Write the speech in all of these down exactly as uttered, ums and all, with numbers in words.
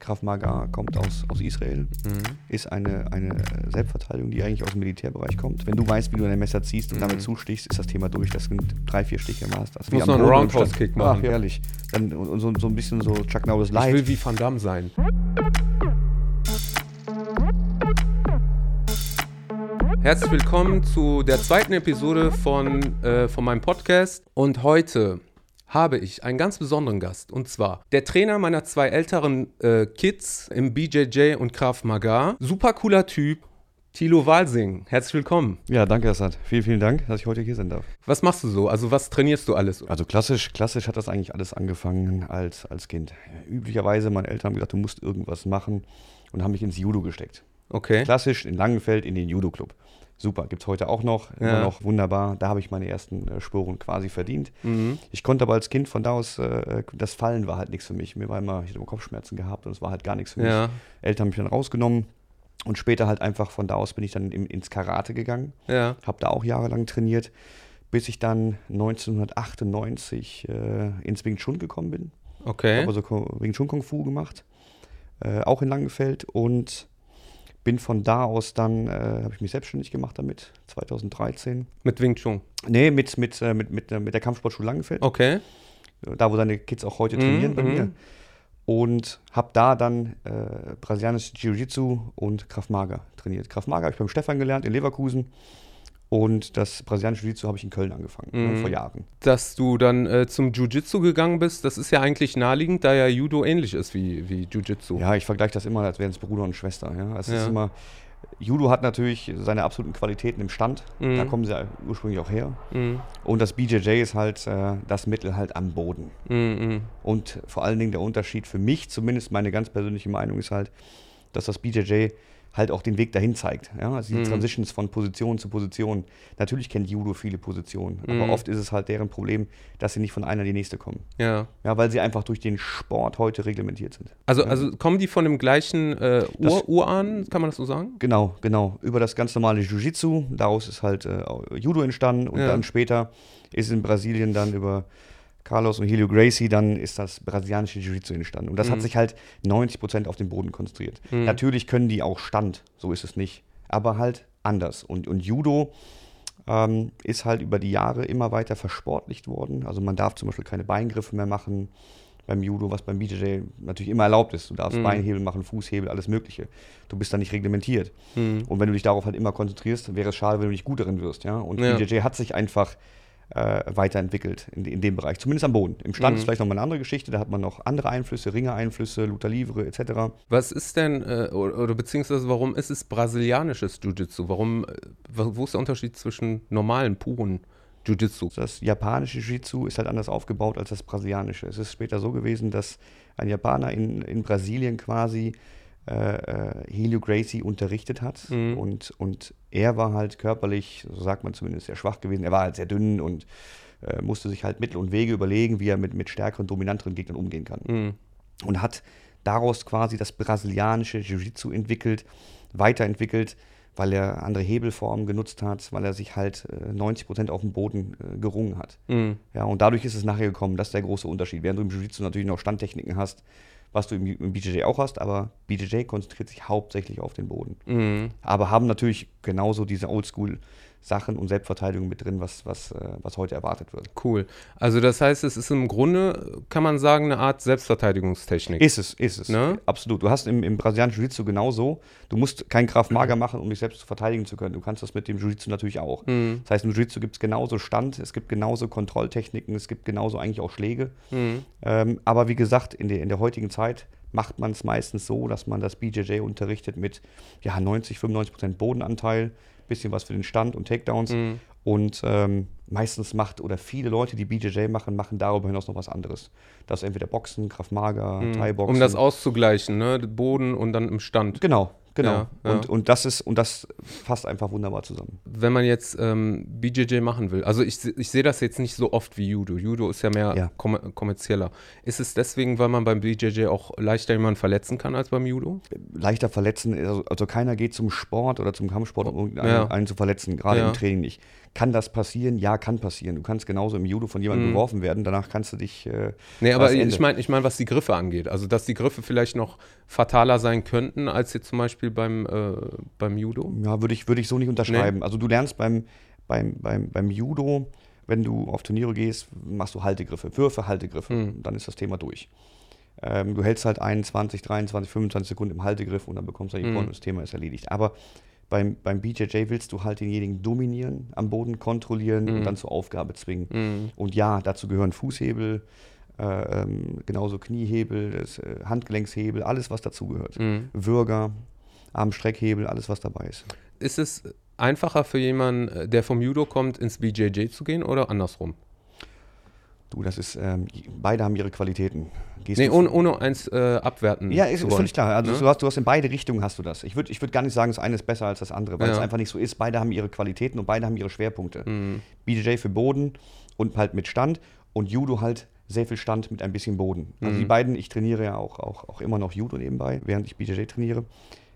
Krav Maga kommt aus, aus Israel, Mhm. ist eine, eine Selbstverteidigung, die eigentlich aus dem Militärbereich kommt. Wenn du weißt, wie du dein Messer ziehst und Mhm. damit zustichst, ist das Thema durch. Das sind drei, vier Stiche im Master. Ich muss noch einen Roundhouse-Kick machen. Ach, herrlich. Dann, und so, so ein bisschen so Chuck Norris Ich Light. will wie Van Damme sein. Herzlich willkommen zu der zweiten Episode von, äh, von meinem Podcast. Und heute habe ich einen ganz besonderen Gast. Und zwar der Trainer meiner zwei älteren äh, Kids im B J J und Krav Maga. Super cooler Typ, Thilo Walsing. Herzlich willkommen. Ja, danke, Assad. Vielen, vielen Dank, dass ich heute hier sein darf. Was machst du so? Also was trainierst du alles? Also klassisch, klassisch hat das eigentlich alles angefangen als, als Kind. Üblicherweise, meine Eltern haben gesagt, du musst irgendwas machen und haben mich ins Judo gesteckt. Okay. Klassisch in Langenfeld in den Judo-Club. Super, gibt es heute auch noch, immer Ja. noch wunderbar. Da habe ich meine ersten äh, Sporen quasi verdient. Mhm. Ich konnte aber als Kind von da aus, äh, das Fallen war halt nichts für mich. Mir war immer, ich hatte immer Kopfschmerzen gehabt und es war halt gar nichts für mich. Ja. Eltern haben mich dann rausgenommen und später halt einfach von da aus bin ich dann im, ins Karate gegangen. Ja. Habe da auch jahrelang trainiert, bis ich dann neunzehnhundertachtundneunzig äh, ins Wing Chun gekommen bin. Okay. Ich habe also Wing Chun Kung Fu gemacht, äh, auch in Langenfeld, und bin von da aus dann, äh, habe ich mich selbstständig gemacht damit, zweitausenddreizehn. Mit Wing Chun. Nee, mit, mit, äh, mit, mit, äh, mit der Kampfsportschule Langenfeld, Okay. da wo seine Kids auch heute Mhm, trainieren bei mhm. mir. Und habe da dann äh, brasilianisches Jiu-Jitsu und Krav Maga trainiert. Krav Maga habe ich beim Stefan gelernt in Leverkusen. Und das brasilianische Jiu-Jitsu habe ich in Köln angefangen, Mhm. ne, vor Jahren. Dass du dann äh, zum Jiu-Jitsu gegangen bist, das ist ja eigentlich naheliegend, da ja Judo ähnlich ist wie, wie Jiu-Jitsu. Ja, ich vergleiche das immer, als wären es Bruder und Schwester. Ja? Es Ja. ist immer, Judo hat natürlich seine absoluten Qualitäten im Stand. Mhm. Da kommen sie ja ursprünglich auch her. Mhm. Und das B J J ist halt äh, das Mittel halt am Boden. Mhm. Und vor allen Dingen der Unterschied für mich, zumindest meine ganz persönliche Meinung, ist halt, dass das B J J halt auch den Weg dahin zeigt. Ja? Also die Mhm. Transitions von Position zu Position. Natürlich kennt Judo viele Positionen, Mhm. aber oft ist es halt deren Problem, dass sie nicht von einer in die nächste kommen. Ja. Ja, weil sie einfach durch den Sport heute reglementiert sind. Also, Ja. also kommen die von dem gleichen äh, Das- Ur Urahn, kann man das so sagen? Genau, genau. Über das ganz normale Jiu-Jitsu, daraus ist halt äh, Judo entstanden und Ja. dann später ist in Brasilien dann über Carlos und Helio Gracie, dann ist das brasilianische Jiu-Jitsu entstanden. Und das Mhm. hat sich halt neunzig Prozent auf den Boden konzentriert. Mhm. Natürlich können die auch Stand, so ist es nicht, aber halt anders. Und, und Judo ähm, ist halt über die Jahre immer weiter versportlicht worden. Also man darf zum Beispiel keine Beingriffe mehr machen beim Judo, was beim B J J natürlich immer erlaubt ist. Du darfst Mhm. Beinhebel machen, Fußhebel, alles Mögliche. Du bist da nicht reglementiert. Mhm. Und wenn du dich darauf halt immer konzentrierst, wäre es schade, wenn du nicht gut darin wirst. Ja? Und Ja. B J J hat sich einfach äh, weiterentwickelt in, in dem Bereich, zumindest am Boden. Im Stand Mhm. ist vielleicht nochmal eine andere Geschichte, da hat man noch andere Einflüsse, Ringe-Einflüsse, Luta Livre et cetera. Was ist denn, äh, oder, oder beziehungsweise warum ist es brasilianisches Jiu-Jitsu? Warum, äh, wo ist der Unterschied zwischen normalen, puren Jiu-Jitsu? Das japanische Jiu-Jitsu ist halt anders aufgebaut als das brasilianische. Es ist später so gewesen, dass ein Japaner in, in Brasilien quasi äh, äh, Helio Gracie unterrichtet hat. Mhm. Und, und er war halt körperlich, so sagt man zumindest, sehr schwach gewesen. Er war halt sehr dünn und äh, musste sich halt Mittel und Wege überlegen, wie er mit, mit stärkeren, dominanteren Gegnern umgehen kann. Mhm. Und hat daraus quasi das brasilianische Jiu-Jitsu entwickelt, weiterentwickelt, weil er andere Hebelformen genutzt hat, weil er sich halt äh, neunzig Prozent auf dem Boden äh, gerungen hat. Mhm. Ja, und dadurch ist es nachher gekommen, das ist der große Unterschied. Während du im Jiu-Jitsu natürlich noch Standtechniken hast, was du im, im B J J auch hast, aber B J J konzentriert sich hauptsächlich auf den Boden. Mhm. Aber haben natürlich genauso diese Oldschool-Sachen und Selbstverteidigung mit drin, was, was, äh, was heute erwartet wird. Cool. Also das heißt, es ist im Grunde, kann man sagen, eine Art Selbstverteidigungstechnik. Ist es, ist es. Ne? Absolut. Du hast im, im brasilianischen Jiu-Jitsu genauso. Du musst kein Krav Maga machen, um dich selbst verteidigen zu können. Du kannst das mit dem Jiu-Jitsu natürlich auch. Mhm. Das heißt, im Jiu-Jitsu gibt es genauso Stand, es gibt genauso Kontrolltechniken, es gibt genauso eigentlich auch Schläge. Mhm. Ähm, aber wie gesagt, in der, in der heutigen Zeit macht man es meistens so, dass man das B J J unterrichtet mit ja, neunzig, fünfundneunzig Prozent Bodenanteil, bisschen was für den Stand und Takedowns. Mhm. Und ähm, meistens macht, oder viele Leute, die B J J machen, machen darüber hinaus noch was anderes. Das ist entweder Boxen, Krav Maga, Mhm. Thai-Boxen. Um das auszugleichen, ne? Boden und dann im Stand. Genau, Genau. Ja, ja. Und, und, das ist, und das passt einfach wunderbar zusammen. Wenn man jetzt ähm, B J J machen will, also ich, ich sehe das jetzt nicht so oft wie Judo. Judo ist ja mehr Ja. Kom- kommerzieller. Ist es deswegen, weil man beim B J J auch leichter jemanden verletzen kann als beim Judo? Leichter verletzen, also, also keiner geht zum Sport oder zum Kampfsport, um irgendeinen Ja. einen zu verletzen, gerade Ja. im Training nicht. Kann das passieren? Ja, kann passieren. Du kannst genauso im Judo von jemandem Mhm. geworfen werden, danach kannst du dich. Äh, Nee, aber das Ende. ich meine, ich mein, was die Griffe angeht. Also, dass die Griffe vielleicht noch fataler sein könnten, als jetzt zum Beispiel beim, äh, beim Judo. Ja, würde ich, würde ich so nicht unterschreiben. Also du lernst beim, beim, beim, beim Judo, wenn du auf Turniere gehst, machst du Haltegriffe, Würfe, Haltegriffe. Mhm. Dann ist das Thema durch. Ähm, du hältst halt einundzwanzig, dreiundzwanzig, fünfundzwanzig Sekunden im Haltegriff und dann bekommst du die Mhm. Point und das Thema ist erledigt. Aber beim, beim B J J willst du halt denjenigen dominieren, am Boden kontrollieren Mhm. und dann zur Aufgabe zwingen. Mhm. Und ja, dazu gehören Fußhebel, äh, ähm, genauso Kniehebel, das, äh, Handgelenkshebel, alles was dazugehört. Mhm. Würger, Armstreckhebel, alles was dabei ist. Ist es einfacher für jemanden, der vom Judo kommt, ins B J J zu gehen oder andersrum? Du, das ist, ähm, beide haben ihre Qualitäten. Gehst Nee, du- ohne, ohne eins äh, abwerten Ja, ist, zu ist wollen. völlig klar. Also Ne? du, hast, du hast in beide Richtungen hast du das. Ich würde ich würd gar nicht sagen, das eine ist besser als das andere, weil Ja. es einfach nicht so ist. Beide haben ihre Qualitäten und beide haben ihre Schwerpunkte. Mhm. B J J für Boden und halt mit Stand und Judo halt sehr viel Stand mit ein bisschen Boden. Also Mhm. die beiden, ich trainiere ja auch, auch, auch immer noch Judo nebenbei, während ich B J J trainiere.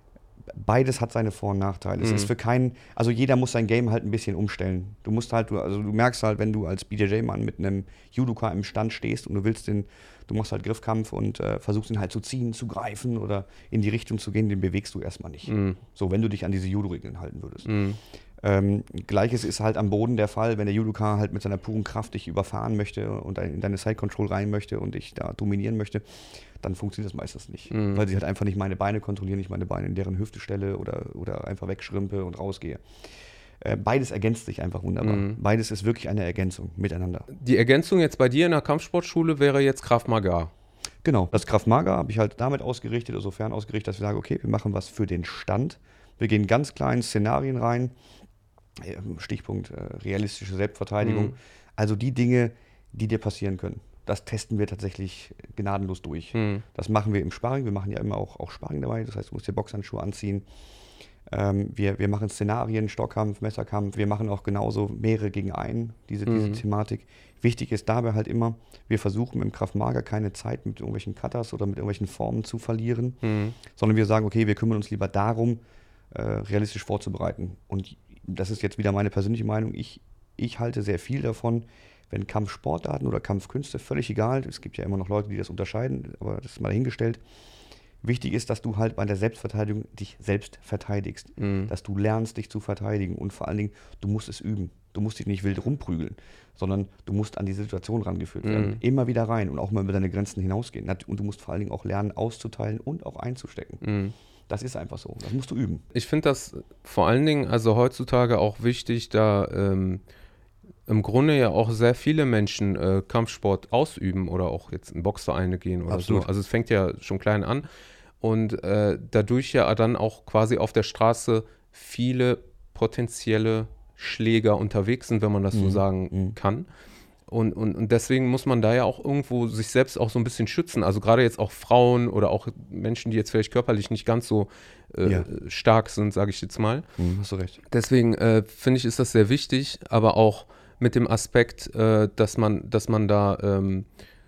Beides hat seine Vor- und Nachteile. Es Mhm. ist für keinen, also jeder muss sein Game halt ein bisschen umstellen. Du musst halt, du, also du merkst halt, wenn du als B J J-Mann mit einem Judoka im Stand stehst und du willst den, du machst halt Griffkampf und äh, versuchst ihn halt zu ziehen, zu greifen oder in die Richtung zu gehen, den bewegst du erstmal nicht. Mhm. So, wenn du dich an diese Judo-Regeln halten würdest. Mhm. Ähm, Gleiches ist halt am Boden der Fall, wenn der Judoka halt mit seiner puren Kraft dich überfahren möchte und in deine Side-Control rein möchte und dich da dominieren möchte, dann funktioniert das meistens nicht. Mhm. Weil sie halt einfach nicht meine Beine kontrollieren, nicht meine Beine in deren Hüfte stelle oder, oder einfach wegschrimpe und rausgehe. Äh, beides ergänzt sich einfach wunderbar. Mhm. Beides ist wirklich eine Ergänzung miteinander. Die Ergänzung jetzt bei dir in der Kampfsportschule wäre jetzt Krav Maga. Genau, das Krav Maga habe ich halt damit ausgerichtet, insofern ausgerichtet, dass wir sagen, okay, wir machen was für den Stand. Wir gehen ganz klar in Szenarien rein. Stichpunkt äh, realistische Selbstverteidigung. Mhm. Also die Dinge, die dir passieren können. Das testen wir tatsächlich gnadenlos durch. Mhm. Das machen wir im Sparring. Wir machen ja immer auch, auch Sparring dabei. Das heißt, du musst dir Boxhandschuhe anziehen. Ähm, wir, wir machen Szenarien, Stockkampf, Messerkampf. Wir machen auch genauso mehrere gegen einen, diese, diese Mhm. Thematik. Wichtig ist dabei halt immer, wir versuchen im Krav Maga keine Zeit mit irgendwelchen Cutters oder mit irgendwelchen Formen zu verlieren, Mhm. sondern wir sagen, okay, wir kümmern uns lieber darum, äh, realistisch vorzubereiten. Und das ist jetzt wieder meine persönliche Meinung. Ich, ich halte sehr viel davon, wenn Kampfsportarten oder Kampfkünste, völlig egal, es gibt ja immer noch Leute, die das unterscheiden, aber das ist mal dahingestellt. Wichtig ist, dass du halt bei der Selbstverteidigung dich selbst verteidigst. Mhm. Dass du lernst, dich zu verteidigen. Und vor allen Dingen, du musst es üben. Du musst dich nicht wild rumprügeln, sondern du musst an die Situation rangeführt werden. Mhm. Immer wieder rein und auch mal über deine Grenzen hinausgehen. Und du musst vor allen Dingen auch lernen, auszuteilen und auch einzustecken. Mhm. Das ist einfach so. Das musst du üben. Ich finde das vor allen Dingen, also heutzutage auch wichtig, da ähm, im Grunde ja auch sehr viele Menschen äh, Kampfsport ausüben oder auch jetzt in Boxvereine gehen oder Absolut. so. Also es fängt ja schon klein an und äh, dadurch ja dann auch quasi auf der Straße viele potenzielle Schläger unterwegs sind, wenn man das so Mhm. sagen Mhm. kann. Und, und, und deswegen muss man da ja auch irgendwo sich selbst auch so ein bisschen schützen. Also gerade jetzt auch Frauen oder auch Menschen, die jetzt vielleicht körperlich nicht ganz so äh, Ja. stark sind, sage ich jetzt mal. Mhm, hast du recht. Deswegen äh, finde ich, ist das sehr wichtig, aber auch mit dem Aspekt, äh, dass man, dass man da ähm,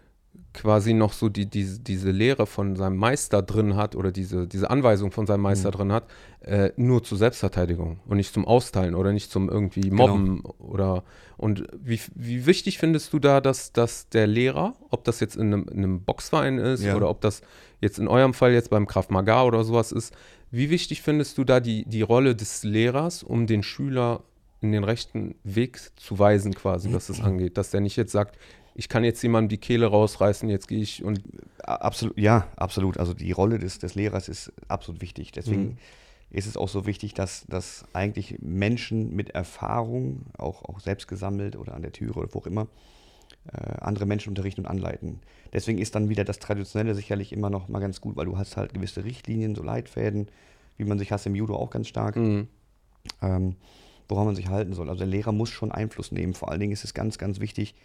quasi noch so die, die, diese Lehre von seinem Meister drin hat oder diese, diese Anweisung von seinem Meister Mhm. drin hat, äh, nur zur Selbstverteidigung und nicht zum Austeilen oder nicht zum irgendwie Genau. Mobben oder und wie, wie wichtig findest du da, dass, dass der Lehrer, ob das jetzt in einem, in einem Boxverein ist Ja. oder ob das jetzt in eurem Fall jetzt beim Krav Maga oder sowas ist, wie wichtig findest du da die, die Rolle des Lehrers, um den Schüler in den rechten Weg zu weisen quasi, was das angeht, dass der nicht jetzt sagt, ich kann jetzt jemandem die Kehle rausreißen, jetzt gehe ich und A- Absolut, ja, absolut. Also die Rolle des, des Lehrers ist absolut wichtig. Deswegen Mhm. ist es auch so wichtig, dass, dass eigentlich Menschen mit Erfahrung, auch, auch selbst gesammelt oder an der Türe oder wo auch immer, äh, andere Menschen unterrichten und anleiten. Deswegen ist dann wieder das Traditionelle sicherlich immer noch mal ganz gut, weil du hast halt gewisse Richtlinien, so Leitfäden, wie man sich hast im Judo auch ganz stark, Mhm. ähm, woran man sich halten soll. Also der Lehrer muss schon Einfluss nehmen. Vor allen Dingen ist es ganz, ganz wichtig,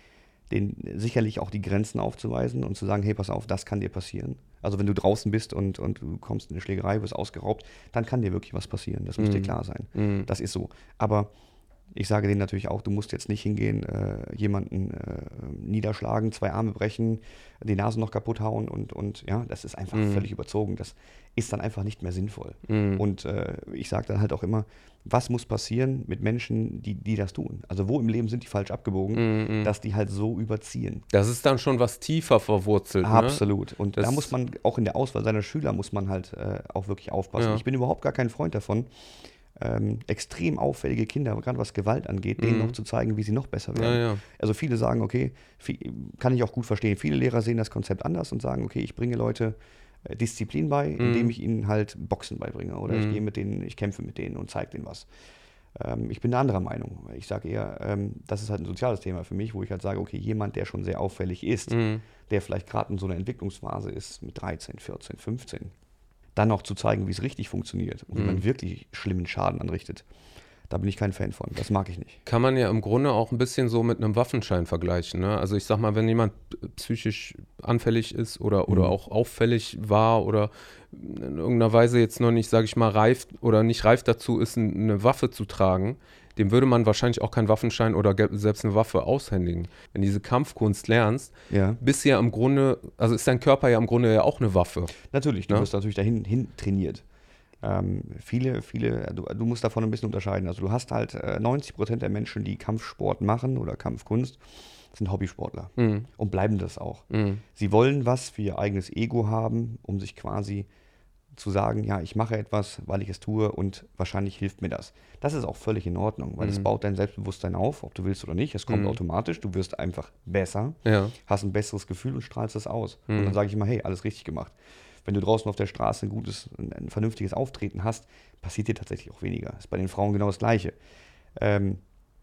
denen sicherlich auch die Grenzen aufzuweisen und zu sagen, hey, pass auf, das kann dir passieren. Also wenn du draußen bist und, und du kommst in eine Schlägerei, wirst ausgeraubt, dann kann dir wirklich was passieren. Das muss Mhm. dir klar sein. Mhm. Das ist so. Aber ich sage denen natürlich auch, du musst jetzt nicht hingehen, äh, jemanden äh, niederschlagen, zwei Arme brechen, die Nase noch kaputt hauen und, und ja, das ist einfach Mhm. völlig überzogen. Das ist dann einfach nicht mehr sinnvoll. Mhm. Und äh, ich sage dann halt auch immer, was muss passieren mit Menschen, die, die das tun? Also wo im Leben sind die falsch abgebogen, Mhm. dass die halt so überziehen? Das ist dann schon was tiefer verwurzelt. Ne? Absolut. Und Das- da muss man, auch in der Auswahl seiner Schüler muss man halt äh, auch wirklich aufpassen. Ja. Ich bin überhaupt gar kein Freund davon, ähm, extrem auffällige Kinder, gerade was Gewalt angeht, denen Mhm. noch zu zeigen, wie sie noch besser Ja, werden. ja. Also viele sagen, okay, viel, kann ich auch gut verstehen. Viele Lehrer sehen das Konzept anders und sagen, okay, ich bringe Leute äh, Disziplin bei, indem Mhm. ich ihnen halt Boxen beibringe oder Mhm. ich gehe mit denen, ich kämpfe mit denen und zeige denen was. Ähm, ich bin eine andere Meinung. Ich sage eher, ähm, das ist halt ein soziales Thema für mich, wo ich halt sage, okay, jemand, der schon sehr auffällig ist, Mhm. der vielleicht gerade in so einer Entwicklungsphase ist mit dreizehn, vierzehn, fünfzehn, dann noch zu zeigen, wie es richtig funktioniert und wie Mhm. man wirklich schlimmen Schaden anrichtet. Da bin ich kein Fan von. Das mag ich nicht. Kann man ja im Grunde auch ein bisschen so mit einem Waffenschein vergleichen. Ne? Also ich sag mal, wenn jemand psychisch anfällig ist oder, oder Mhm. auch auffällig war oder in irgendeiner Weise jetzt noch nicht, sage ich mal, reif oder nicht reif dazu ist, n- eine Waffe zu tragen, dem würde man wahrscheinlich auch keinen Waffenschein oder ge- selbst eine Waffe aushändigen. Wenn du diese Kampfkunst lernst, Ja, bist du ja im Grunde, also ist dein Körper ja im Grunde ja auch eine Waffe. natürlich. Du Ja. wirst natürlich dahin hin trainiert. Ähm, viele, viele, du, du musst davon ein bisschen unterscheiden. Also du hast halt äh, neunzig Prozent der Menschen, die Kampfsport machen oder Kampfkunst, sind Hobbysportler Mhm. und bleiben das auch. Mhm. Sie wollen was für ihr eigenes Ego haben, um sich quasi zu sagen, ja, ich mache etwas, weil ich es tue und wahrscheinlich hilft mir das. Das ist auch völlig in Ordnung, weil es Mhm. baut dein Selbstbewusstsein auf, ob du willst oder nicht. Es kommt Mhm. automatisch, du wirst einfach besser, Ja. hast ein besseres Gefühl und strahlst es aus. Mhm. Und dann sage ich immer, hey, alles richtig gemacht. Wenn du draußen auf der Straße ein gutes, ein, ein vernünftiges Auftreten hast, passiert dir tatsächlich auch weniger. Ist bei den Frauen genau das Gleiche. Ähm,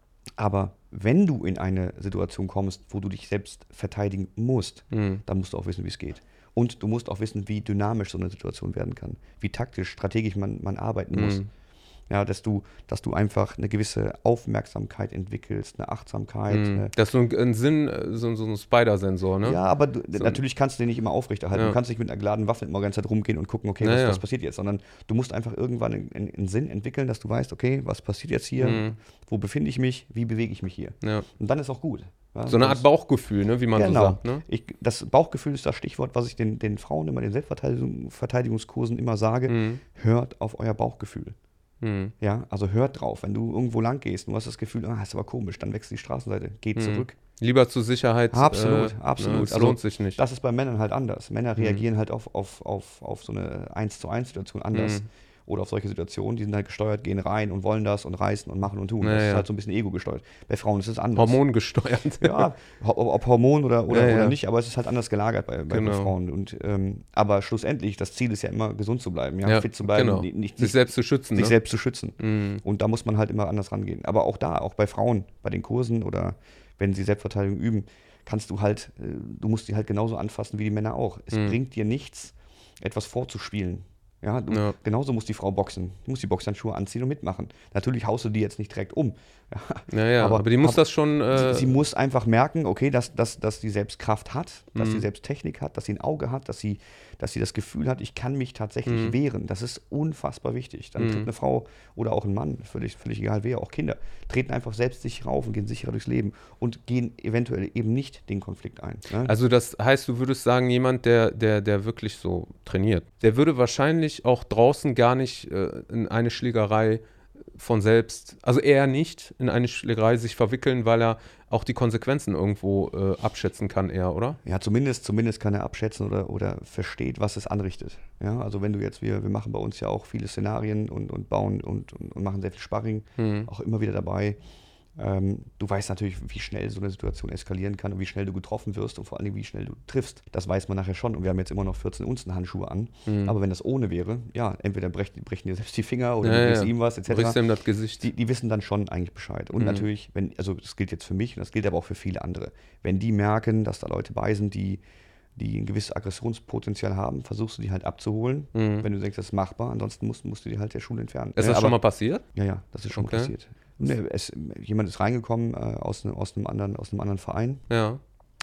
aber wenn du in eine Situation kommst, wo du dich selbst verteidigen musst, Mhm. dann musst du auch wissen, wie es geht. Und du musst auch wissen, wie dynamisch so eine Situation werden kann, wie taktisch, strategisch man, man arbeiten muss. Mhm. Ja, dass du, dass du einfach eine gewisse Aufmerksamkeit entwickelst, eine Achtsamkeit. Mhm. Eine, Das ist so ein, ein Sinn, äh, so, so ein Spider-Sensor, ne? ja, aber du, So- natürlich kannst du den nicht immer aufrechterhalten. Ja. Du kannst nicht mit einer geladenen Waffe immer die ganze Zeit rumgehen und gucken, okay, Ja, was, ja. was passiert jetzt, sondern du musst einfach irgendwann einen, einen, einen Sinn entwickeln, dass du weißt, okay, was passiert jetzt hier, Mhm. wo befinde ich mich, wie bewege ich mich hier. Ja. Und dann ist auch gut. Ja, So eine das- Art Bauchgefühl, ne, wie man Genau. so sagt. Ne? Ich, das Bauchgefühl ist das Stichwort, was ich den, den Frauen immer in den Selbstverteidigung- Verteidigungskursen immer sage. Mhm. Hört auf euer Bauchgefühl. Mhm. Ja, also hört drauf. Wenn du irgendwo lang gehst und du hast das Gefühl, ah, ist aber komisch, dann wechsel die Straßenseite, geht Mhm. zurück. Lieber zur Sicherheit. Absolut, äh, absolut. Ne, es Also, lohnt sich nicht. Das ist bei Männern halt anders. Männer Mhm. reagieren halt auf, auf, auf, auf so eine eins zu eins Situation anders. Mhm. Oder auf solche Situationen, die sind halt gesteuert, gehen rein und wollen das und reißen und machen und tun. Ja, das ist ja. halt so ein bisschen ego gesteuert. Bei Frauen ist es anders. Hormongesteuert. Ja, ob, ob Hormon oder, oder, Ja, ja. oder nicht, aber es ist halt anders gelagert bei, bei, Genau. bei Frauen. Und, ähm, aber schlussendlich, das Ziel ist ja immer, gesund zu bleiben, ja, Ja, fit zu bleiben, genau. nicht, nicht, Sich nicht, selbst zu schützen. sich ne? selbst zu schützen. Mhm. Und da muss man halt immer anders rangehen. Aber auch da, auch bei Frauen, bei den Kursen oder wenn sie Selbstverteidigung üben, kannst du halt, äh, du musst die halt genauso anfassen wie die Männer auch. Es Mhm. bringt dir nichts, etwas vorzuspielen. Ja, du, Ja. genauso muss die Frau boxen. Du musst die Boxhandschuhe anziehen und mitmachen. Natürlich haust du die jetzt nicht direkt um. Ja, ja, aber, Aber- die muss aber das schon. Äh, sie, sie muss einfach merken, okay, dass, dass, dass sie selbst Kraft hat, dass Mhm. sie selbst Technik hat, dass sie ein Auge hat, dass sie, dass sie das Gefühl hat, ich kann mich tatsächlich Mhm. wehren. Das ist unfassbar wichtig. Dann Mhm. tritt eine Frau oder auch ein Mann, völlig, völlig egal wer, auch Kinder, treten einfach selbst sich rauf und gehen sicherer durchs Leben und gehen eventuell eben nicht den Konflikt ein. Ne? Also das heißt, du würdest sagen, jemand, der, der, der wirklich so trainiert, der würde wahrscheinlich auch draußen gar nicht äh, in eine Schlägerei von selbst, also eher nicht in eine Schlägerei sich verwickeln, weil er auch die Konsequenzen irgendwo äh, abschätzen kann eher, oder? Ja, zumindest, zumindest kann er abschätzen oder, oder versteht, was es anrichtet. Ja, also wenn du jetzt, wir, wir machen bei uns ja auch viele Szenarien und, und bauen und, und, und machen sehr viel Sparring, Mhm. auch immer wieder dabei. Ähm, du weißt natürlich, wie schnell so eine Situation eskalieren kann und wie schnell du getroffen wirst und vor allem, wie schnell du triffst. Das weiß man nachher schon. Und wir haben jetzt immer noch vierzehn Unzen Handschuhe an. Mhm. Aber wenn das ohne wäre, ja, entweder brechen, brechen dir selbst die Finger oder Ja, du brichst ja. ihm was, Brichst du et cetera. ihm das Gesicht. Die, die wissen dann schon eigentlich Bescheid. Und Mhm. natürlich, wenn, also das gilt jetzt für mich und das gilt aber auch für viele andere, wenn die merken, dass da Leute bei sind, die, die ein gewisses Aggressionspotenzial haben, versuchst du die halt abzuholen. Mhm. Wenn du denkst, das ist machbar, ansonsten musst, musst du die halt der Schule entfernen. Ist Ne, das aber- schon mal passiert? Ja, ja, das ist schon Okay. passiert. Ne, es, jemand ist reingekommen äh, aus, ne, aus, einem anderen, aus einem anderen Verein, Ja.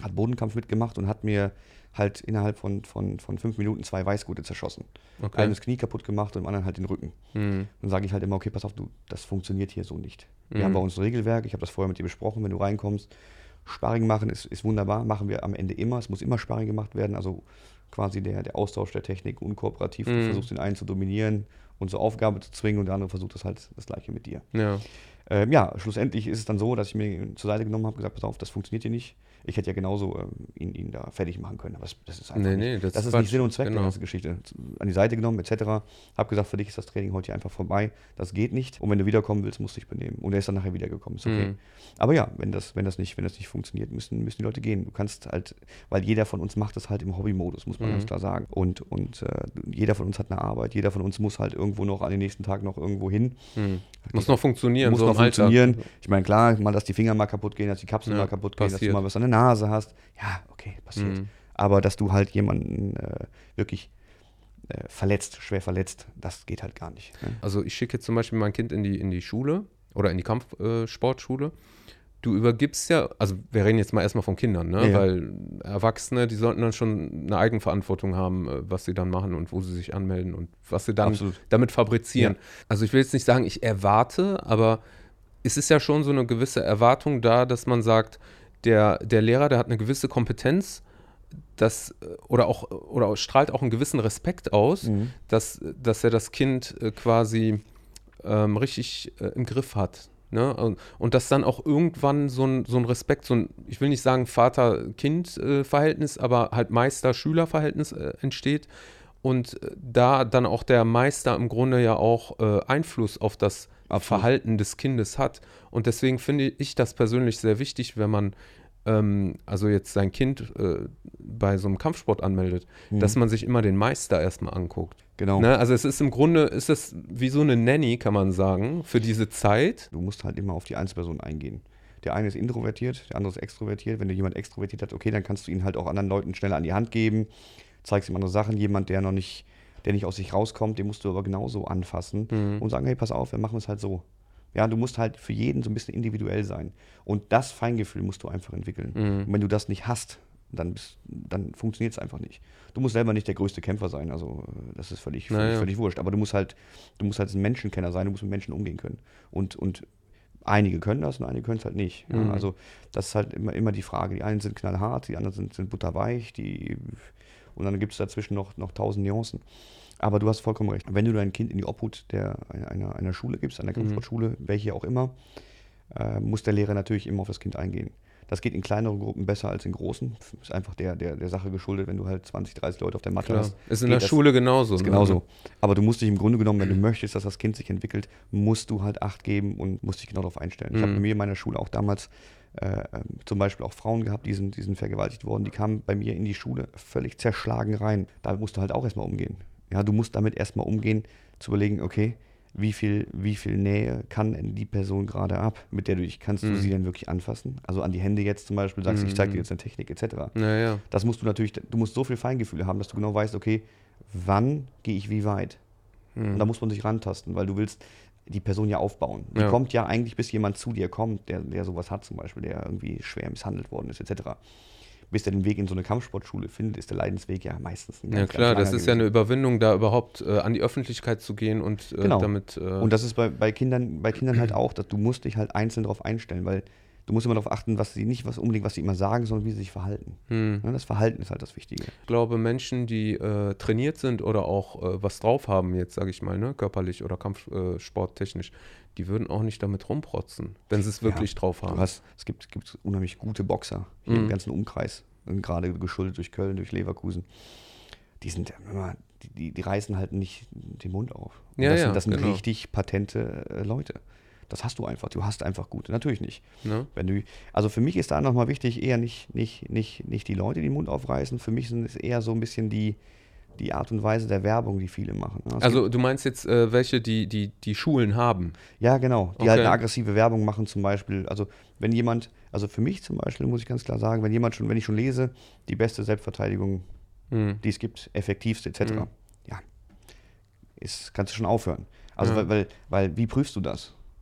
hat Bodenkampf mitgemacht und hat mir halt innerhalb von, von, von fünf Minuten zwei Weißgurte zerschossen. Okay. Einen das Knie kaputt gemacht und dem anderen halt den Rücken. Mhm. Dann sage ich halt immer, okay, pass auf, du, das funktioniert hier so nicht. Wir Mhm. haben bei uns ein Regelwerk, ich habe das vorher mit dir besprochen, wenn du reinkommst. Sparring machen ist, ist wunderbar, machen wir am Ende immer. Es muss immer Sparring gemacht werden, also quasi der, der Austausch der Technik, unkooperativ. Mhm. Du versuchst den einen zu dominieren und zur Aufgabe zu zwingen und der andere versucht das halt das Gleiche mit dir. Ja. Ähm, ja, schlussendlich ist es dann so, dass ich mir zur Seite genommen habe, gesagt, pass auf, das funktioniert hier nicht. Ich hätte ja genauso ähm, ihn, ihn da fertig machen können, aber das, das ist einfach Nee, nicht, nee, das das ist ist nicht Quatsch. Sinn und Zweck Genau. der ganzen Geschichte. An die Seite genommen, et cetera. Habe gesagt, für dich ist das Training heute hier einfach vorbei, das geht nicht und wenn du wiederkommen willst, musst du dich benehmen. Und er ist dann nachher wiedergekommen, ist okay. Mhm. Aber ja, wenn das, wenn das nicht, wenn das nicht funktioniert, müssen, müssen die Leute gehen. Du kannst halt, weil jeder von uns macht das halt im Hobby-Modus, muss man Mhm. ganz klar sagen. Und, und äh, jeder von uns hat eine Arbeit, jeder von uns muss halt irgendwo noch an den nächsten Tag noch irgendwo hin. Mhm. Muss noch funktionieren, Muss so noch im Alltag. funktionieren. Ich meine, klar, mal, dass die Finger mal kaputt gehen, dass die Kapseln Ja, mal kaputt gehen, dass passiert. du mal was an der Nase hast. Ja, okay, passiert. Mhm. Aber dass du halt jemanden äh, wirklich äh, verletzt, schwer verletzt, das geht halt gar nicht. Ne? Also ich schicke jetzt zum Beispiel mein Kind in die, in die Schule oder in die Kampfsportschule. Du übergibst ja, also wir reden jetzt mal erstmal von Kindern, ne? Ja. Weil Erwachsene, die sollten dann schon eine Eigenverantwortung haben, äh, was sie dann machen und wo sie sich anmelden und was sie dann Absolut. damit fabrizieren. Ja. Also ich will jetzt nicht sagen, ich erwarte, aber es ist ja schon so eine gewisse Erwartung da, dass man sagt, der, der Lehrer, der hat eine gewisse Kompetenz, das, äh, oder auch oder strahlt auch einen gewissen Respekt aus, Mhm. dass, dass er das Kind äh, quasi ähm, richtig äh, im Griff hat. Ne? Und, und dass dann auch irgendwann so ein, so ein Respekt, so ein, ich will nicht sagen Vater-Kind-Verhältnis, aber halt Meister-Schüler-Verhältnis äh, entsteht. Und äh, da dann auch der Meister im Grunde ja auch äh, Einfluss auf das Absolut. Verhalten des Kindes hat. Und deswegen finde ich das persönlich sehr wichtig, wenn man ähm, also jetzt sein Kind äh, bei so einem Kampfsport anmeldet, Mhm. dass man sich immer den Meister erstmal anguckt. Genau. Ne? Also es ist im Grunde, ist es wie so eine Nanny, kann man sagen, für diese Zeit. Du musst halt immer auf die Einzelperson eingehen. Der eine ist introvertiert, der andere ist extrovertiert. Wenn du jemand extrovertiert hast, okay, dann kannst du ihn halt auch anderen Leuten schneller an die Hand geben, zeigst ihm andere Sachen. Jemand, der noch nicht, der nicht aus sich rauskommt, den musst du aber genauso anfassen Mhm. und sagen, hey, pass auf, wir machen es halt so. Ja, du musst halt für jeden so ein bisschen individuell sein. Und das Feingefühl musst du einfach entwickeln. Mhm. Und wenn du das nicht hast, dann, bist- dann funktioniert es einfach nicht. Du musst selber nicht der größte Kämpfer sein, also äh, das ist völlig, völlig, Naja. völlig wurscht. Aber du musst halt, du musst halt ein Menschenkenner sein, du musst mit Menschen umgehen können. Und, und einige können das und einige können es halt nicht. Ja, Mhm. also das ist halt immer, immer die Frage. Die einen sind knallhart, die anderen sind, sind butterweich, die, und dann gibt es dazwischen noch, noch tausend Nuancen. Aber du hast vollkommen recht. Wenn du dein Kind in die Obhut der, einer, einer Schule gibst, einer Kampfsportschule, welche auch immer, äh, muss der Lehrer natürlich immer auf das Kind eingehen. Das geht in kleineren Gruppen besser als in großen. Ist einfach der, der, der Sache geschuldet, wenn du halt zwanzig, dreißig Leute auf der Matte Klar. hast. Ist in geht der das- Schule genauso. Ist ne? genauso. Aber du musst dich im Grunde genommen, wenn du möchtest, dass das Kind sich entwickelt, musst du halt Acht geben und musst dich genau darauf einstellen. Ich habe Mhm. bei mir in meiner Schule auch damals äh, ähm, zum Beispiel auch Frauen gehabt, die sind, die sind vergewaltigt worden, die kamen bei mir in die Schule völlig zerschlagen rein. Da musst du halt auch erstmal umgehen. Ja, du musst damit erstmal umgehen, zu überlegen, okay, wie viel, wie viel Nähe kann denn die Person gerade ab, mit der du dich, kannst du Mhm. sie denn wirklich anfassen? Also an die Hände jetzt zum Beispiel, sagst du, ich zeige dir Mhm. jetzt eine Technik et cetera. Naja. Das musst du natürlich, du musst so viel Feingefühl haben, dass du genau weißt, okay, wann gehe ich wie weit? Mhm. Und da muss man sich rantasten, weil du willst die Person ja aufbauen. Die Ja. kommt ja eigentlich, bis jemand zu dir kommt, der, der sowas hat zum Beispiel, der irgendwie schwer misshandelt worden ist et cetera. Bis der den Weg in so eine Kampfsportschule findet, ist der Leidensweg ja meistens ein Ja ganz, klar, ganz das langer ist ja eine gewesen. Überwindung, da überhaupt äh, an die Öffentlichkeit zu gehen und äh, Genau. damit. Äh, Und das ist bei, bei, Kindern, bei Kindern halt auch, dass du musst dich halt einzeln darauf einstellen, weil du musst immer darauf achten, was sie nicht was unbedingt, was sie immer sagen, sondern wie sie sich verhalten. hm. Ja, das Verhalten ist halt das Wichtige. Ich glaube, Menschen, die äh, trainiert sind oder auch äh, was drauf haben, jetzt sage ich mal, ne, körperlich oder kampfsporttechnisch, die würden auch nicht damit rumprotzen, wenn sie es wirklich Ja, drauf haben. Du hast, es gibt, gibt unheimlich gute Boxer hier Mhm. im ganzen Umkreis, und gerade geschuldet durch Köln, durch Leverkusen. Die sind immer, die, die, die reißen halt nicht den Mund auf. Und Ja, das ja, sind, das sind genau. richtig patente äh, Leute. Das hast du einfach. Du hast einfach gute. Natürlich nicht. Ne? Wenn du, also für mich ist da nochmal wichtig, eher nicht, nicht, nicht, nicht die Leute, die den Mund aufreißen. Für mich sind es eher so ein bisschen die, die Art und Weise der Werbung, die viele machen. Ja, es Also du meinst jetzt äh, welche, die, die die Schulen haben? Ja, genau. Die Okay. halt eine aggressive Werbung machen zum Beispiel. Also wenn jemand, also für mich zum Beispiel muss ich ganz klar sagen, wenn jemand schon, wenn ich schon lese, die beste Selbstverteidigung, Hm. die es gibt, effektivste et cetera. Mhm. Ja, ist, kannst du schon aufhören. Also Ja. weil, weil, weil, wie prüfst du das?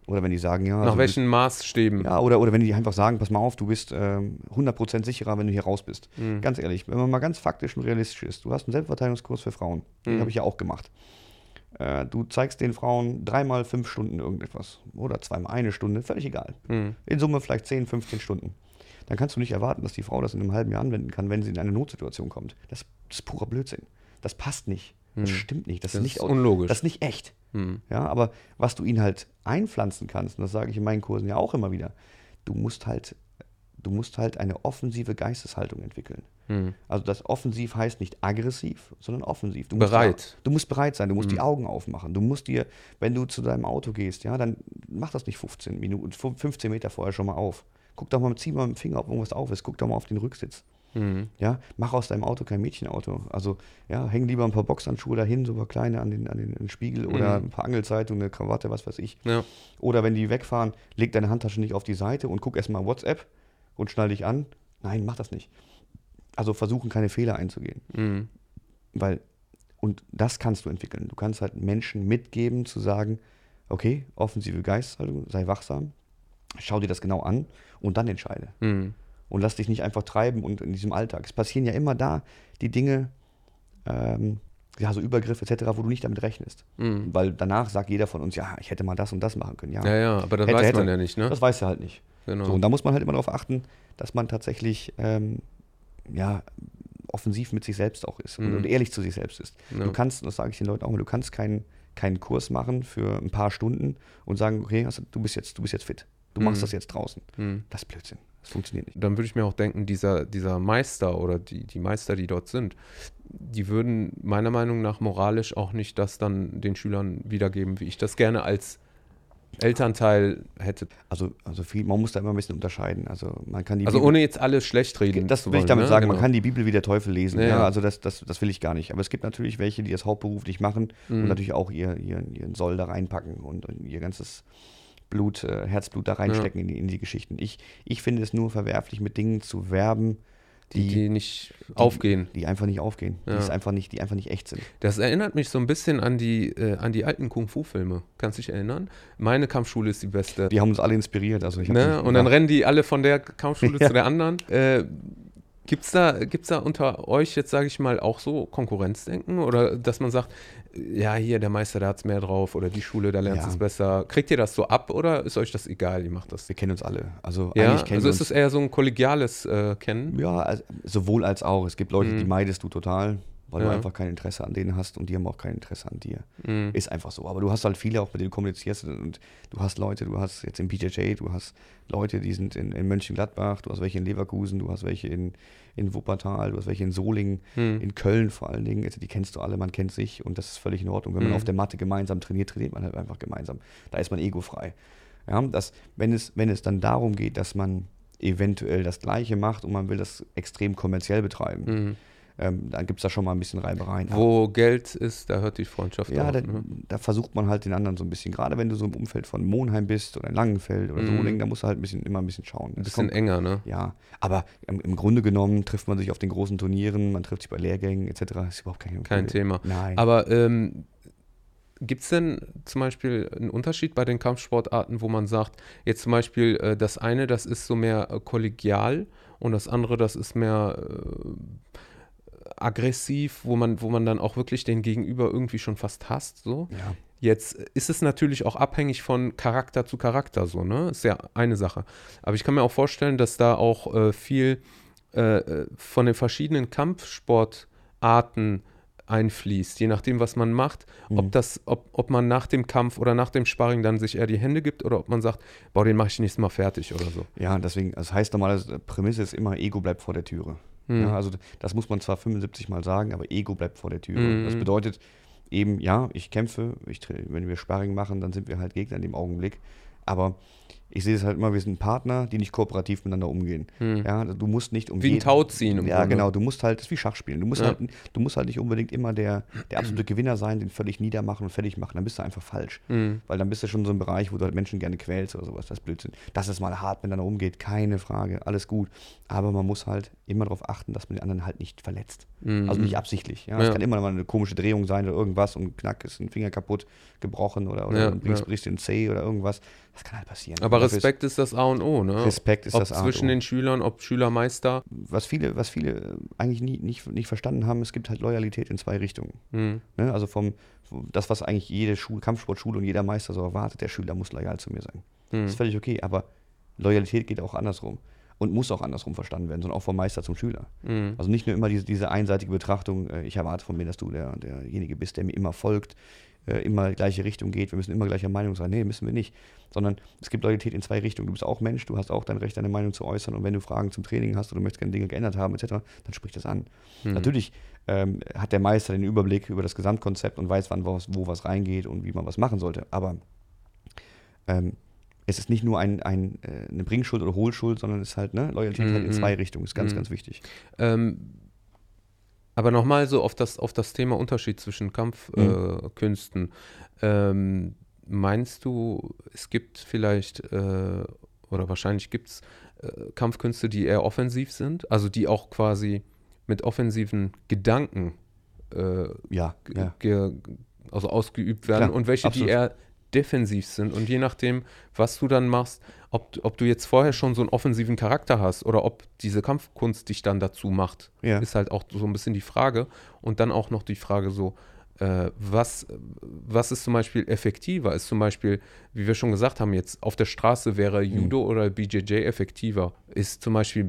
Oder wenn die sagen, ja. Nach also welchen bist, Maßstäben? Ja, oder, oder wenn die einfach sagen, pass mal auf, du bist ähm, hundert Prozent sicherer, wenn du hier raus bist. Mhm. Ganz ehrlich, wenn man mal ganz faktisch und realistisch ist, du hast einen Selbstverteidigungskurs für Frauen. Den mhm. habe ich ja auch gemacht. Äh, du zeigst den Frauen dreimal fünf Stunden irgendetwas. Oder zweimal eine Stunde, völlig egal. Mhm. In Summe vielleicht zehn, fünfzehn Stunden. Dann kannst du nicht erwarten, dass die Frau das in einem halben Jahr anwenden kann, wenn sie in eine Notsituation kommt. Das, das ist purer Blödsinn. Das passt nicht. Das hm. stimmt nicht. Das, das ist nicht unlogisch. Das ist nicht echt. Hm. Ja, aber was du ihnen halt einpflanzen kannst, und das sage ich in meinen Kursen ja auch immer wieder, du musst halt, du musst halt eine offensive Geisteshaltung entwickeln. Hm. Also das offensiv heißt nicht aggressiv, sondern offensiv. Du musst bereit. Ja, du musst bereit sein, du musst hm. die Augen aufmachen. Du musst dir, wenn du zu deinem Auto gehst, ja, dann mach das nicht fünfzehn Minuten, fünfzehn Meter vorher schon mal auf. Guck doch mal, zieh mal mit dem Finger, ob irgendwas auf ist. Guck doch mal auf den Rücksitz. Mhm. Ja, mach aus deinem Auto kein Mädchenauto. Also, ja, häng lieber ein paar Boxhandschuhe dahin, so ein paar kleine an den, an den, an den Spiegel mhm. oder ein paar Angelzeitungen, eine Krawatte, was weiß ich. Ja. Oder wenn die wegfahren, leg deine Handtasche nicht auf die Seite und guck erstmal WhatsApp und schnall dich an. Nein, mach das nicht. Also versuchen, keine Fehler einzugehen. Mhm. Weil, und das kannst du entwickeln. Du kannst halt Menschen mitgeben, zu sagen, okay, offensive Geisteshaltung, sei wachsam, schau dir das genau an und dann entscheide. Mhm. Und lass dich nicht einfach treiben und in diesem Alltag. Es passieren ja immer da die Dinge, ähm, ja, so Übergriffe et cetera, wo du nicht damit rechnest. Mhm. Weil danach sagt jeder von uns, ja, ich hätte mal das und das machen können. Ja, ja, ja, aber das hätte, weiß man hätte. ja nicht, ne? Das weiß er halt nicht. Genau. So, und da muss man halt immer darauf achten, dass man tatsächlich, ähm, ja, offensiv mit sich selbst auch ist mhm. und, und ehrlich zu sich selbst ist. Ja. Du kannst, das sage ich den Leuten auch mal, du kannst keinen, keinen Kurs machen für ein paar Stunden und sagen, okay, also, du bist jetzt, du bist jetzt fit. Du machst mhm. das jetzt draußen. Mhm. Das ist Blödsinn. Das funktioniert nicht. Dann würde ich mir auch denken, dieser, dieser Meister oder die, die Meister, die dort sind, die würden meiner Meinung nach moralisch auch nicht das dann den Schülern wiedergeben, wie ich das gerne als Elternteil hätte. Also, also viel, man muss da immer ein bisschen unterscheiden. Also, man kann die also Bibel, ohne jetzt alles schlecht reden. Das will wollen, ich damit ne? sagen, genau. Man kann die Bibel wie der Teufel lesen. Ja, ja, ja. Also das, das, das will ich gar nicht. Aber es gibt natürlich welche, die das hauptberuflich machen mhm. und natürlich auch ihr, ihr, ihren Soll da reinpacken und, und ihr ganzes Blut, äh, Herzblut da reinstecken ja. in, die, in die Geschichten. Ich, ich finde es nur verwerflich, mit Dingen zu werben, die, die, die nicht die, aufgehen. Die einfach nicht aufgehen. Ja. Die, ist einfach nicht, die einfach nicht echt sind. Das erinnert mich so ein bisschen an die, äh, an die alten Kung-Fu-Filme. Kannst du dich erinnern? Meine Kampfschule ist die beste. Die haben uns alle inspiriert. Also ich ne? Und dann rennen die alle von der Kampfschule ja. zu der anderen. Äh, Gibt's da, gibt's da unter euch jetzt, sage ich mal, auch so Konkurrenzdenken? Oder dass man sagt, ja, hier, der Meister, der hat's mehr drauf oder die Schule, da lernst du ja. es besser. Kriegt ihr das so ab oder ist euch das egal? Ihr macht das? Wir kennen uns alle. Also, ja? eigentlich kennen also wir ist es eher so ein kollegiales äh, Kennen? Ja, also, sowohl als auch. Es gibt Leute, mhm. die meidest du total, weil ja. du einfach kein Interesse an denen hast und die haben auch kein Interesse an dir. Mhm. Ist einfach so. Aber du hast halt viele, auch mit denen du kommunizierst und du hast Leute, du hast jetzt im B J J, du hast Leute, die sind in, in Mönchengladbach, du hast welche in Leverkusen, du hast welche in, in Wuppertal, du hast welche in Solingen, mhm. in Köln vor allen Dingen. Also die kennst du alle, man kennt sich und das ist völlig in Ordnung. Wenn man mhm. auf der Matte gemeinsam trainiert, trainiert man halt einfach gemeinsam. Da ist man egofrei. Ja, das, wenn, es, wenn es dann darum geht, dass man eventuell das Gleiche macht und man will das extrem kommerziell betreiben, mhm. Ähm, dann gibt es da schon mal ein bisschen Reibereien. Wo Aber, Geld ist, da hört die Freundschaft ja, auf. Da, ne? da versucht man halt den anderen so ein bisschen, gerade wenn du so im Umfeld von Monheim bist oder in Langenfeld oder mm. Solingen, da musst du halt ein bisschen, immer ein bisschen schauen. Ein bisschen kommt, enger, ne? Ja, aber im, im Grunde genommen trifft man sich auf den großen Turnieren, man trifft sich bei Lehrgängen et cetera. Ist überhaupt kein, kein Thema. Nein. Aber ähm, gibt es denn zum Beispiel einen Unterschied bei den Kampfsportarten, wo man sagt, jetzt zum Beispiel äh, das eine, das ist so mehr äh, kollegial und das andere, das ist mehr äh, aggressiv, wo man, wo man dann auch wirklich den Gegenüber irgendwie schon fast hasst, so. Ja. Jetzt ist es natürlich auch abhängig von Charakter zu Charakter, so, ne? Ist ja eine Sache. Aber ich kann mir auch vorstellen, dass da auch äh, viel äh, von den verschiedenen Kampfsportarten einfließt, je nachdem, was man macht, mhm. ob das, ob, ob man nach dem Kampf oder nach dem Sparring dann sich eher die Hände gibt oder ob man sagt, boah, den mache ich nächstes Mal fertig oder so. Ja, deswegen, das heißt normalerweise, Prämisse ist immer, Ego bleibt vor der Türe. Mhm. Ja, also das muss man zwar fünfundsiebzig Mal sagen, aber Ego bleibt vor der Türe. Mhm. Das bedeutet eben, ja, ich kämpfe, ich, wenn wir Sparring machen, dann sind wir halt Gegner in dem Augenblick, aber Ich sehe es halt immer, wir sind Partner, die nicht kooperativ miteinander umgehen. Hm. Ja, du musst nicht um Wie ein jeden- Tau ziehen im Ja, Grunde. genau. Du musst halt, das ist wie Schachspielen. Du musst, Ja. halt, du musst halt nicht unbedingt immer der, der absolute Gewinner sein, den völlig niedermachen und fertig machen. Dann bist du einfach falsch. Hm. Weil dann bist du schon in so einem Bereich, wo du halt Menschen gerne quälst oder sowas. Das ist Blödsinn. Dass es mal hart miteinander umgeht, keine Frage. Alles gut. Aber man muss halt immer darauf achten, dass man den anderen halt nicht verletzt. Mhm. Also nicht absichtlich. Ja? Ja. Es kann immer mal eine komische Drehung sein oder irgendwas und knack ist ein Finger kaputt, gebrochen oder, oder Ja, du bringst, ja. brichst den Zeh oder irgendwas. Das kann halt passieren. Aber Und dafür ist- Respekt ist das A und O, ne? Respekt ist ob das A und zwischen O. den Schülern, ob Schüler, Meister. Was viele, was viele eigentlich nie, nicht, nicht verstanden haben, es gibt halt Loyalität in zwei Richtungen. Hm. Ne? Also vom, das, was eigentlich jede Schule, Kampfsportschule und jeder Meister so erwartet, der Schüler muss loyal zu mir sein. Hm. Das ist völlig okay, aber Loyalität geht auch andersrum und muss auch andersrum verstanden werden, sondern auch vom Meister zum Schüler. Hm. Also nicht nur immer diese, diese einseitige Betrachtung, äh, ich erwarte von mir, dass du der, derjenige bist, der mir immer folgt, äh, immer in die gleiche Richtung geht, wir müssen immer gleicher Meinung sein. Nee, müssen wir nicht. Sondern es gibt Loyalität in zwei Richtungen. Du bist auch Mensch, du hast auch dein Recht, deine Meinung zu äußern und wenn du Fragen zum Training hast oder du möchtest gerne Dinge geändert haben, et cetera, dann sprich das an. Hm. Natürlich ähm, hat der Meister den Überblick über das Gesamtkonzept und weiß, wann was, wo was reingeht und wie man was machen sollte. Aber ähm, es ist nicht nur ein, ein, äh, eine Bringschuld oder Hohlschuld, sondern es ist halt, ne, Loyalität Mhm. halt in zwei Richtungen. Ist ganz, Mhm. ganz wichtig. Ähm, aber nochmal so auf das, auf das Thema Unterschied zwischen Kampfkünsten. Äh, Künsten. ähm, meinst du, es gibt vielleicht, äh, oder wahrscheinlich gibt es äh, Kampfkünste, die eher offensiv sind? Also die auch quasi mit offensiven Gedanken äh, Ja, ge- ja. ge- also ausgeübt werden Klar, und welche, absolut. die eher defensiv sind. Und je nachdem, was du dann machst, ob, ob du jetzt vorher schon so einen offensiven Charakter hast oder ob diese Kampfkunst dich dann dazu macht, Ja. ist halt auch so ein bisschen die Frage. Und dann auch noch die Frage so, äh, was, was ist zum Beispiel effektiver? Ist zum Beispiel, wie wir schon gesagt haben, jetzt auf der Straße wäre Judo oder B J J effektiver. Ist zum Beispiel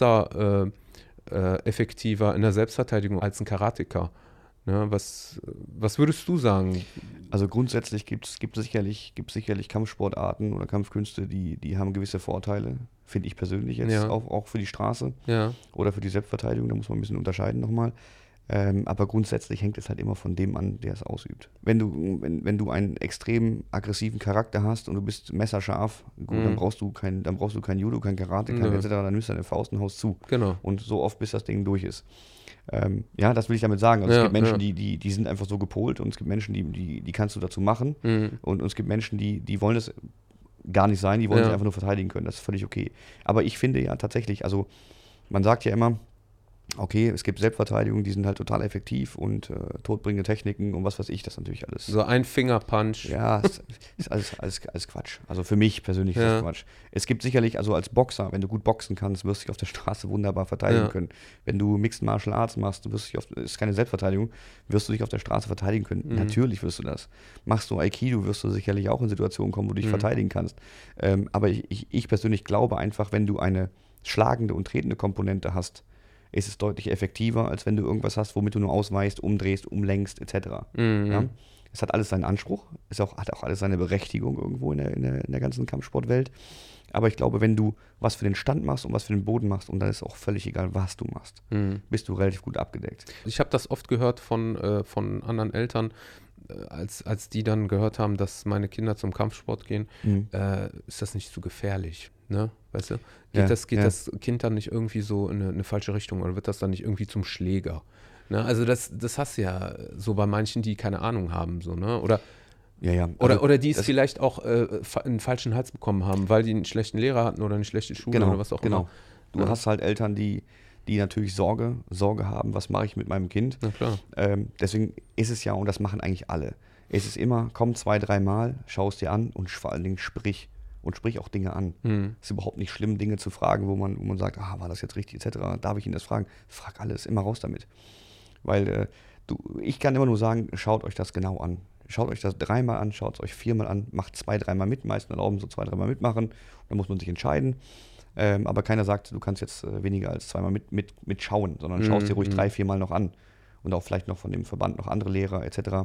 Boxer äh, äh, effektiver in der Selbstverteidigung als ein Karateka? Ne, was, was würdest du sagen? Also grundsätzlich gibt es gibt sicherlich, gibt's sicherlich Kampfsportarten oder Kampfkünste, die, die haben gewisse Vorteile, finde ich persönlich jetzt, Ja. auch, auch für die Straße Ja, oder für die Selbstverteidigung, da muss man ein bisschen unterscheiden nochmal. Ähm, aber grundsätzlich hängt es halt immer von dem an, der es ausübt. Wenn du, wenn, wenn du einen extrem aggressiven Charakter hast und du bist messerscharf, gut, Mhm. dann brauchst du kein, dann brauchst du kein Judo, kein Karate, kein Nö. et cetera, dann nimmst du deine Faust und haust zu. genau. Und so oft, bis das Ding durch ist. Ähm, ja, das will ich damit sagen. Also Ja, es gibt Menschen, ja. die, die, die sind einfach so gepolt und es gibt Menschen, die, die, die kannst du dazu machen. Mhm. Und, und es gibt Menschen, die, die wollen das gar nicht sein, die wollen Ja. sich einfach nur verteidigen können. Das ist völlig okay. Aber ich finde ja tatsächlich, also man sagt ja immer, okay, es gibt Selbstverteidigung, die sind halt total effektiv und äh, todbringende Techniken und was weiß ich, das ist natürlich alles. So ein Fingerpunch. Ja, ist, ist alles, alles, alles Quatsch. Also für mich persönlich ist Ja. das Quatsch. Es gibt sicherlich, also als Boxer, wenn du gut boxen kannst, wirst du dich auf der Straße wunderbar verteidigen Ja. können. Wenn du Mixed Martial Arts machst, du wirst dich auf, ist keine Selbstverteidigung, wirst du dich auf der Straße verteidigen können. Mhm. Natürlich wirst du das. Machst du Aikido, wirst du sicherlich auch in Situationen kommen, wo du dich Mhm. verteidigen kannst. Ähm, aber ich, ich, ich persönlich glaube einfach, wenn du eine schlagende und tretende Komponente hast, ist es deutlich effektiver, als wenn du irgendwas hast, womit du nur ausweichst, umdrehst, umlenkst, et cetera. Mhm. Ja? Es hat alles seinen Anspruch, es auch, hat auch alles seine Berechtigung irgendwo in der, in, der, in der ganzen Kampfsportwelt. Aber ich glaube, wenn du was für den Stand machst und was für den Boden machst, und dann ist auch völlig egal, was du machst, Mhm. bist du relativ gut abgedeckt. Ich habe das oft gehört von, äh, von anderen Eltern, äh, als, als die dann gehört haben, dass meine Kinder zum Kampfsport gehen, Mhm. äh, ist das nicht zu gefährlich, ne? Weißt du? Geht, Ja, das, geht ja. das Kind dann nicht irgendwie so in eine, eine falsche Richtung oder wird das dann nicht irgendwie zum Schläger? Ne? Also das, das hast du ja so bei manchen, die keine Ahnung haben, so, ne? Oder, Ja, ja. oder, Also, oder die es das- vielleicht auch äh, fa- einen falschen Hals bekommen haben, weil die einen schlechten Lehrer hatten oder eine schlechte Schule genau, oder was auch genau. immer. Du Ja. hast halt Eltern, die, die natürlich Sorge, Sorge haben, was mache ich mit meinem Kind. Na klar. Ähm, deswegen ist es ja, und das machen eigentlich alle, es ist immer, komm zwei, dreimal, schau es dir an und vor allen Dingen sprich. Und sprich auch Dinge an. Mhm. Es ist überhaupt nicht schlimm, Dinge zu fragen, wo man, wo man sagt, ah, war das jetzt richtig, et cetera. Darf ich ihn das fragen? Frag alles, immer raus damit. Weil äh, du, ich kann immer nur sagen, schaut euch das genau an. Schaut euch das dreimal an, schaut es euch viermal an, macht zwei, dreimal mit. Meisten erlauben so zwei, dreimal mitmachen. Dann muss man sich entscheiden. Ähm, aber keiner sagt, du kannst jetzt äh, weniger als zweimal mit, mit, mitschauen, sondern Mhm, schaust dir ruhig mhm. drei, viermal noch an. Und auch vielleicht noch von dem Verband noch andere Lehrer, et cetera.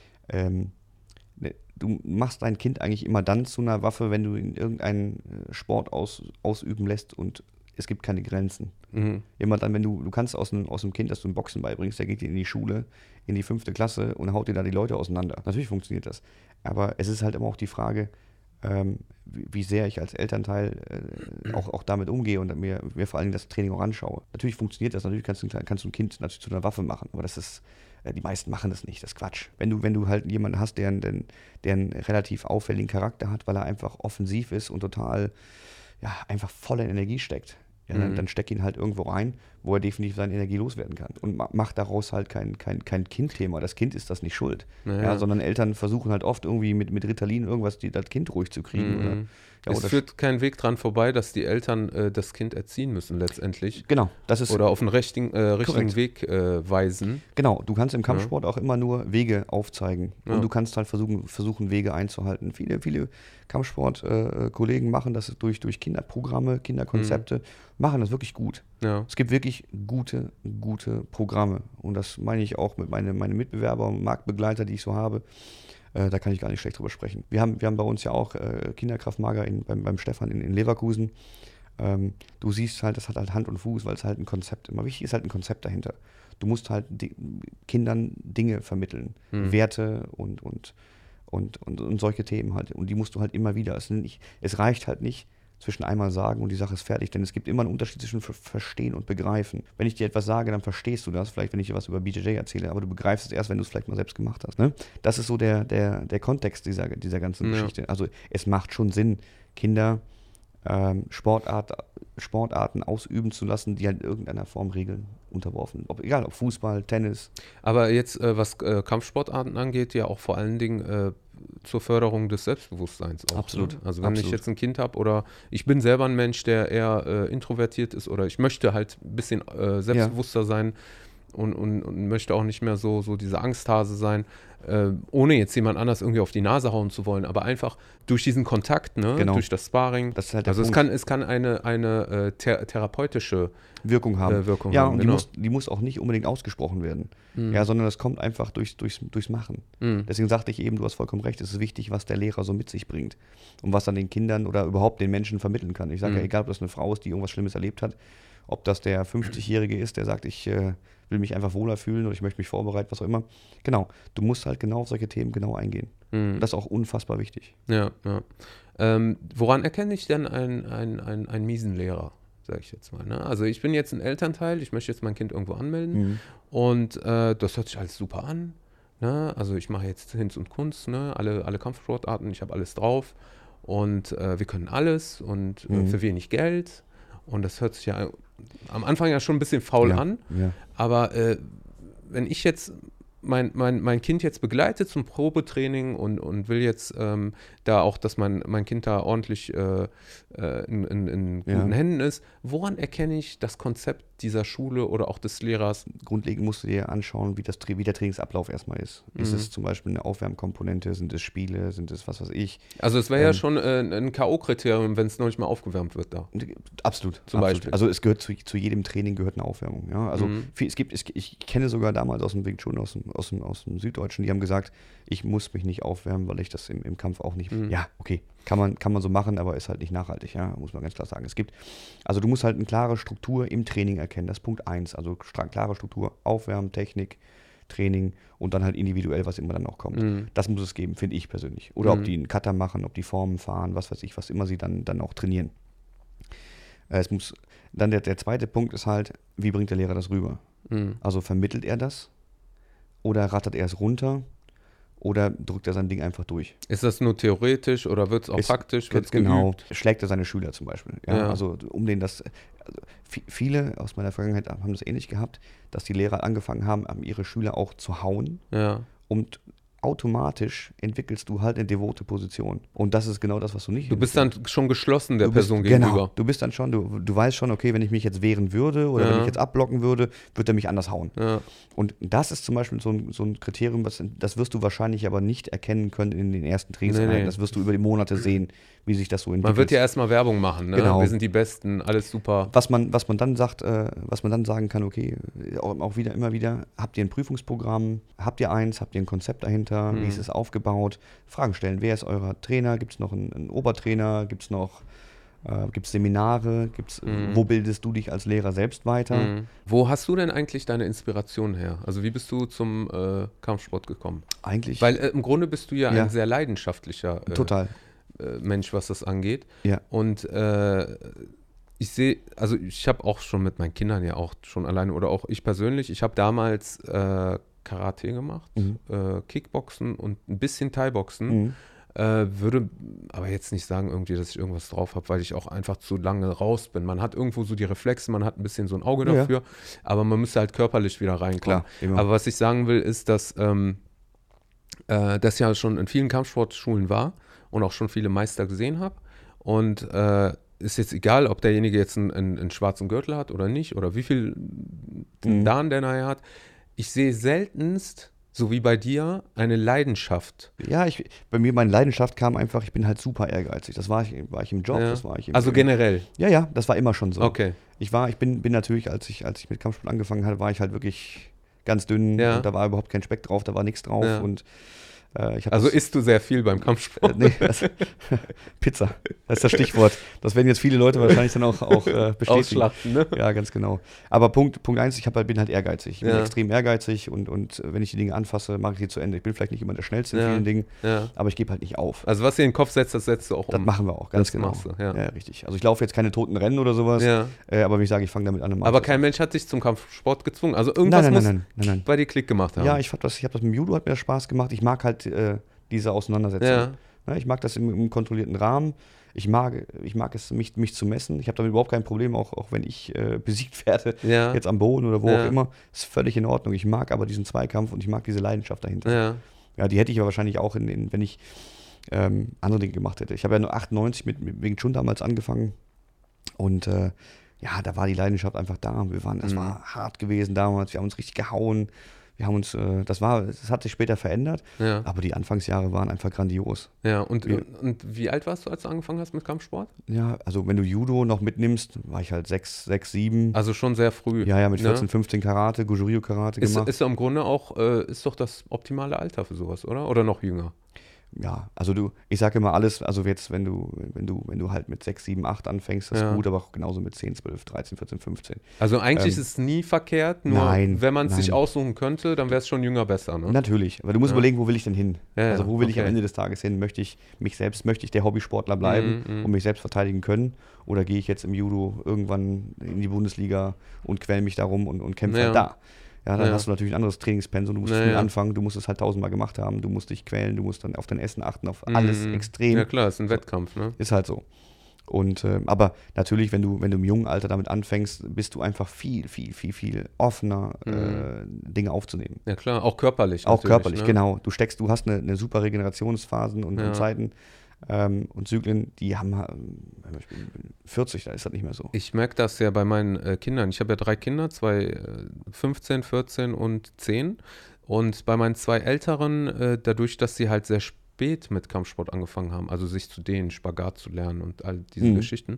Ähm, ne, du machst dein Kind eigentlich immer dann zu einer Waffe, wenn du ihn irgendeinen äh, Sport aus, ausüben lässt und es gibt keine Grenzen. Mhm. Immer dann, wenn du, du kannst aus einem, aus einem Kind, das du im Boxen beibringst, der geht dir in die Schule, in die fünfte Klasse und haut dir da die Leute auseinander. Natürlich funktioniert das. Aber es ist halt immer auch die Frage, ähm, wie, wie sehr ich als Elternteil äh, auch, auch damit umgehe und mir, mir vor allen Dingen das Training auch anschaue. Natürlich funktioniert das, natürlich kannst du, kannst du ein Kind natürlich zu einer Waffe machen, aber das ist, äh, die meisten machen das nicht, das ist Quatsch. Wenn du, wenn du halt jemanden hast, der, der, der einen relativ auffälligen Charakter hat, weil er einfach offensiv ist und total, ja, einfach voller Energie steckt, ja, dann, Mhm. dann steck ihn halt irgendwo rein, wo er definitiv seine Energie loswerden kann. Und ma- mach daraus halt kein, kein, kein Kindthema. Das Kind ist das nicht schuld. Naja. Ja, sondern Eltern versuchen halt oft irgendwie mit, mit Ritalin irgendwas, die, das Kind ruhig zu kriegen. Mhm. Oder, ja, Es oder führt kein Weg dran vorbei, dass die Eltern äh, das Kind erziehen müssen letztendlich. genau, das ist Oder auf den richtigen, äh, richtigen korrekt. Weg äh, weisen. Genau, du kannst im Kampfsport auch immer nur Wege aufzeigen. Ja. Und du kannst halt versuchen, versuchen Wege einzuhalten. Viele, viele Kampfsport-Kollegen machen das durch, durch Kinderprogramme, Kinderkonzepte, machen das wirklich gut. Ja. Es gibt wirklich gute, gute Programme. Und das meine ich auch mit meine, meine Mitbewerber und Marktbegleiter, die ich so habe. Äh, da kann ich gar nicht schlecht drüber sprechen. Wir haben, wir haben bei uns ja auch äh, Kinderkraftmager in, beim, beim Stefan in, in Leverkusen. Ähm, du siehst halt, das hat halt Hand und Fuß, weil es halt ein Konzept, immer wichtig ist halt ein Konzept dahinter. Du musst halt die, Kindern Dinge vermitteln, Hm. Werte und, und, und, und, und solche Themen halt. Und die musst du halt immer wieder. Es, sind nicht, es reicht halt nicht zwischen einmal sagen und die Sache ist fertig, denn es gibt immer einen Unterschied zwischen Ver- Verstehen und Begreifen. Wenn ich dir etwas sage, dann verstehst du das, vielleicht wenn ich dir was über B J J erzähle, aber du begreifst es erst, wenn du es vielleicht mal selbst gemacht hast. Ne? Das ist so der, der, der Kontext dieser, dieser ganzen Ja. Geschichte. Also es macht schon Sinn, Kinder ähm, Sportart, Sportarten ausüben zu lassen, die halt in irgendeiner Form Regeln unterworfen sind. Ob, egal, ob Fußball, Tennis. Aber jetzt, äh, was äh, Kampfsportarten angeht, ja auch vor allen Dingen äh, zur Förderung des Selbstbewusstseins auch. Absolut, Ne? Also wenn ich absolut. jetzt ein Kind habe oder ich bin selber ein Mensch, der eher äh, introvertiert ist oder ich möchte halt ein bisschen äh, selbstbewusster sein und, und, und möchte auch nicht mehr so, so diese Angsthase sein, äh, ohne jetzt jemand anders irgendwie auf die Nase hauen zu wollen, aber einfach durch diesen Kontakt, ne? Genau. Durch das Sparring. Das ist halt der Also es Punkt. kann, es kann eine, eine äh, thera therapeutische Wirkung haben. äh, Wirkung ja, haben. und genau. die, muss, die muss auch nicht unbedingt ausgesprochen werden. Mhm. Ja, sondern das kommt einfach durchs, durchs, durchs Machen. Mhm. Deswegen sagte ich eben, du hast vollkommen recht, es ist wichtig, was der Lehrer so mit sich bringt und was dann den Kindern oder überhaupt den Menschen vermitteln kann. Ich sage Mhm. ja, egal, ob das eine Frau ist, die irgendwas Schlimmes erlebt hat, ob das der fünfzigjährige ist, der sagt, ich äh, will mich einfach wohler fühlen oder ich möchte mich vorbereiten, was auch immer. Genau, du musst halt genau auf solche Themen genau eingehen. Mhm. Und das ist auch unfassbar wichtig. Ja, ja. Ähm, woran erkenne ich denn einen, einen, einen, einen miesen Lehrer, sage ich jetzt mal. Ne? Also ich bin jetzt ein Elternteil, ich möchte jetzt mein Kind irgendwo anmelden Mhm. und äh, das hört sich alles super an. Ne? Also ich mache jetzt Hinz und Kunst, ne? alle, alle Kampfsportarten, ich habe alles drauf und äh, wir können alles und äh, Mhm. für wenig Geld. Und das hört sich ja am Anfang ja schon ein bisschen faul ja. an, Ja. aber äh, wenn ich jetzt mein, mein, mein Kind jetzt begleite zum Probetraining und, und will jetzt ähm, da auch, dass mein, mein Kind da ordentlich äh, äh, in, in, in Ja. guten Händen ist, woran erkenne ich das Konzept dieser Schule oder auch des Lehrers? Grundlegend musst du dir anschauen, wie, das, Tra- wie der Trainingsablauf erstmal ist. Ist Mhm. es zum Beispiel eine Aufwärmkomponente, sind es Spiele, sind es was weiß ich. Also es wäre ja Ähm, schon äh, ein K O-Kriterium, wenn es noch nicht mal aufgewärmt wird da. Absolut. Zum absolut. Beispiel. Also es gehört zu, zu jedem Training gehört eine Aufwärmung. Ja? Also Mhm. viel, es gibt, es, ich kenne sogar damals aus dem Wing Chun, aus dem, aus, dem, aus dem Süddeutschen, die haben gesagt, ich muss mich nicht aufwärmen, weil ich das im, im Kampf auch nicht. Mhm. Ja, okay, kann man, kann man so machen, aber ist halt nicht nachhaltig, ja, muss man ganz klar sagen. Es gibt, also du musst halt eine klare Struktur im Training erkennen. Das ist Punkt eins. Also stra- klare Struktur, Aufwärmen, Technik, Training und dann halt individuell, was immer dann auch kommt. Mhm. Das muss es geben, finde ich persönlich. Oder Mhm. ob die einen Cutter machen, ob die Formen fahren, was weiß ich, was immer sie dann, dann auch trainieren. Äh, Es muss, dann der, der zweite Punkt ist halt, wie bringt der Lehrer das rüber? Mhm. Also vermittelt er das oder rattert er es runter oder drückt er sein Ding einfach durch? Ist das nur theoretisch oder wird es auch Ist- praktisch? Wird's Genau, geübt? schlägt er seine Schüler zum Beispiel. Ja, Ja. Also um den das, also vi- viele aus meiner Vergangenheit haben das ähnlich gehabt, dass die Lehrer angefangen haben, haben ihre Schüler auch zu hauen Ja. und automatisch entwickelst du halt eine devote Position. Und das ist genau das, was du nicht Du bist dann schon geschlossen der Du bist- Person genau, gegenüber. du bist dann schon, du, du weißt schon, okay, wenn ich mich jetzt wehren würde oder Ja. wenn ich jetzt abblocken würde, wird er mich anders hauen. Ja. Und das ist zum Beispiel so ein, so ein Kriterium, was, das wirst du wahrscheinlich aber nicht erkennen können in den ersten Trainingseinheiten. Nee, nee. Das wirst du über die Monate sehen, wie sich das so entwickelt. Man wird ja erstmal Werbung machen, ne? Genau. Wir sind die Besten, alles super. was man, was man dann sagt, äh, was man dann sagen kann, okay, auch, auch wieder, immer wieder, habt ihr ein Prüfungsprogramm, habt ihr eins, habt ihr ein Konzept dahinter, Mhm. wie ist es aufgebaut, Fragen stellen, wer ist euer Trainer, gibt es noch einen, einen Obertrainer, gibt es noch, äh, gibt es Seminare, gibt's, Mhm. wo bildest du dich als Lehrer selbst weiter? Mhm. Wo hast du denn eigentlich deine Inspiration her? Also wie bist du zum äh, Kampfsport gekommen? Eigentlich Weil äh, im Grunde bist du ja, Ja. ein sehr leidenschaftlicher äh, total. äh, Mensch, was das angeht. Ja. Und äh, ich sehe, also ich habe auch schon mit meinen Kindern ja auch schon alleine oder auch ich persönlich, ich habe damals äh, Karate gemacht, Mhm. äh, Kickboxen und ein bisschen Thai-Boxen. Mhm. Äh, würde aber jetzt nicht sagen irgendwie, dass ich irgendwas drauf habe, weil ich auch einfach zu lange raus bin. Man hat irgendwo so die Reflexe, man hat ein bisschen so ein Auge Ja, dafür, ja. aber man müsste halt körperlich wieder reinkommen. Klar, immer. Aber was ich sagen will, ist, dass ähm, äh, das ja schon in vielen Kampfsportschulen war und auch schon viele Meister gesehen habe. Und äh, ist jetzt egal, ob derjenige jetzt einen, einen, einen schwarzen Gürtel hat oder nicht oder wie viel Mhm. Dan der nachher hat. Ich sehe seltenst, so wie bei dir, eine Leidenschaft. Ja, ich, bei mir, meine Leidenschaft kam einfach, ich bin halt super ehrgeizig. Das war ich, war ich im Job, Ja. das war ich im, Also im, generell. Ja, ja, das war immer schon so. Okay. Ich war, ich bin, bin natürlich, als ich, als ich mit Kampfsport angefangen hatte, war ich halt wirklich ganz dünn Ja. und da war überhaupt kein Speck drauf, da war nichts drauf Ja. und äh, ich habe Also das- isst du sehr viel beim Kampfsport? Äh, nee, das, Pizza, das ist das Stichwort. Das werden jetzt viele Leute wahrscheinlich dann auch, auch äh, bestätigen. Ausschlachten, ne? Ja, ganz genau. Aber Punkt, Punkt eins, ich hab halt, bin halt ehrgeizig. Ich bin Ja. extrem ehrgeizig und, und äh, wenn ich die Dinge anfasse, mache ich sie zu Ende. Ich bin vielleicht nicht immer der Schnellste in Ja. vielen Dingen, Ja. aber ich gebe halt nicht auf. Also was dir in den Kopf setzt, das setzt du auch Das um. machen wir auch, ganz Das genau. machst du, ja. richtig. Also ich laufe jetzt keine toten Rennen oder sowas, Ja. äh, aber wenn ich sage, ich fange damit an, dann mach Aber ich das kein auch. Mensch hat dich zum Kampfsport gezwungen. Also irgendwas Nein, nein, muss nein, nein, nein, nein. bei dir Klick gemacht haben. Ja, ich hab das, ich habe das mit dem Judo, hat mir das Spaß gemacht. Ich mag halt äh, diese Auseinandersetzung. Ja. Ja, ich mag das im, im kontrollierten Rahmen. Ich mag, ich mag es, mich, mich zu messen. Ich habe damit überhaupt kein Problem, auch, auch wenn ich äh, besiegt werde, Ja. jetzt am Boden oder wo Ja. auch immer. Ist völlig in Ordnung. Ich mag aber diesen Zweikampf und ich mag diese Leidenschaft dahinter. Ja. Ja, die hätte ich aber wahrscheinlich auch, in, in, wenn ich ähm, andere Dinge gemacht hätte. Ich habe ja nur achtundneunzig mit, mit Wing Chun damals angefangen und äh, ja, da war die Leidenschaft einfach da. Wir waren, das Mhm. war hart gewesen damals. Wir haben uns richtig gehauen. Wir haben uns, äh, das war, das hat sich später verändert, Ja. aber die Anfangsjahre waren einfach grandios. Ja. Und, Wir- und, und wie alt warst du, als du angefangen hast mit Kampfsport? Ja, also wenn du Judo noch mitnimmst, war ich halt sechs, sechs, sieben. Also schon sehr früh. Ja, ja, mit ne? vierzehn, fünfzehn Karate, Goju-Ryu-Karate Ist, gemacht. ist im Grunde auch, äh, ist doch das optimale Alter für sowas, oder? Oder noch jünger? Ja, also du, ich sage immer alles, also jetzt, wenn du, wenn du, wenn du halt mit sechs, sieben, acht anfängst, das ist Ja. gut, aber auch genauso mit zehn, zwölf, dreizehn, vierzehn, fünfzehn. Also eigentlich Ähm, ist es nie verkehrt, nur nein, wenn man es sich nein. aussuchen könnte, dann wäre es schon jünger besser, ne? Natürlich, aber du musst Ja. überlegen, wo will ich denn hin? Ja, ja, also wo will ich am okay. Ende des Tages hin? Möchte ich mich selbst, möchte ich der Hobbysportler bleiben Mhm, mhm. und mich selbst verteidigen können? Oder gehe ich jetzt im Judo irgendwann in die Bundesliga und quäl mich darum und, und kämpfe Ja. halt da? Ja, dann Ja. hast du natürlich ein anderes Trainingspensum, du musst Ja, früh ja. anfangen, du musst es halt tausendmal gemacht haben, du musst dich quälen, du musst dann auf dein Essen achten, auf alles Mhm. extrem. Ja klar, ist ein Wettkampf, ne? Ist halt so. Und ähm, aber natürlich, wenn du, wenn du im jungen Alter damit anfängst, bist du einfach viel, viel, viel, viel offener, Mhm. äh, Dinge aufzunehmen. Ja klar, auch körperlich. Auch natürlich, körperlich, ne? genau. Du steckst, du hast eine, eine super Regenerationsphasen und, Ja. und Zeiten. Ähm, und Zyklen, die haben ähm, ich bin vierzig, da ist das nicht mehr so. Ich merke das ja bei meinen äh, Kindern. Ich habe ja drei Kinder, zwei äh, fünfzehn, vierzehn und zehn. Und bei meinen zwei Älteren, äh, dadurch, dass sie halt sehr spät mit Kampfsport angefangen haben, also sich zu dehnen, Spagat zu lernen und all diese Mhm. Geschichten,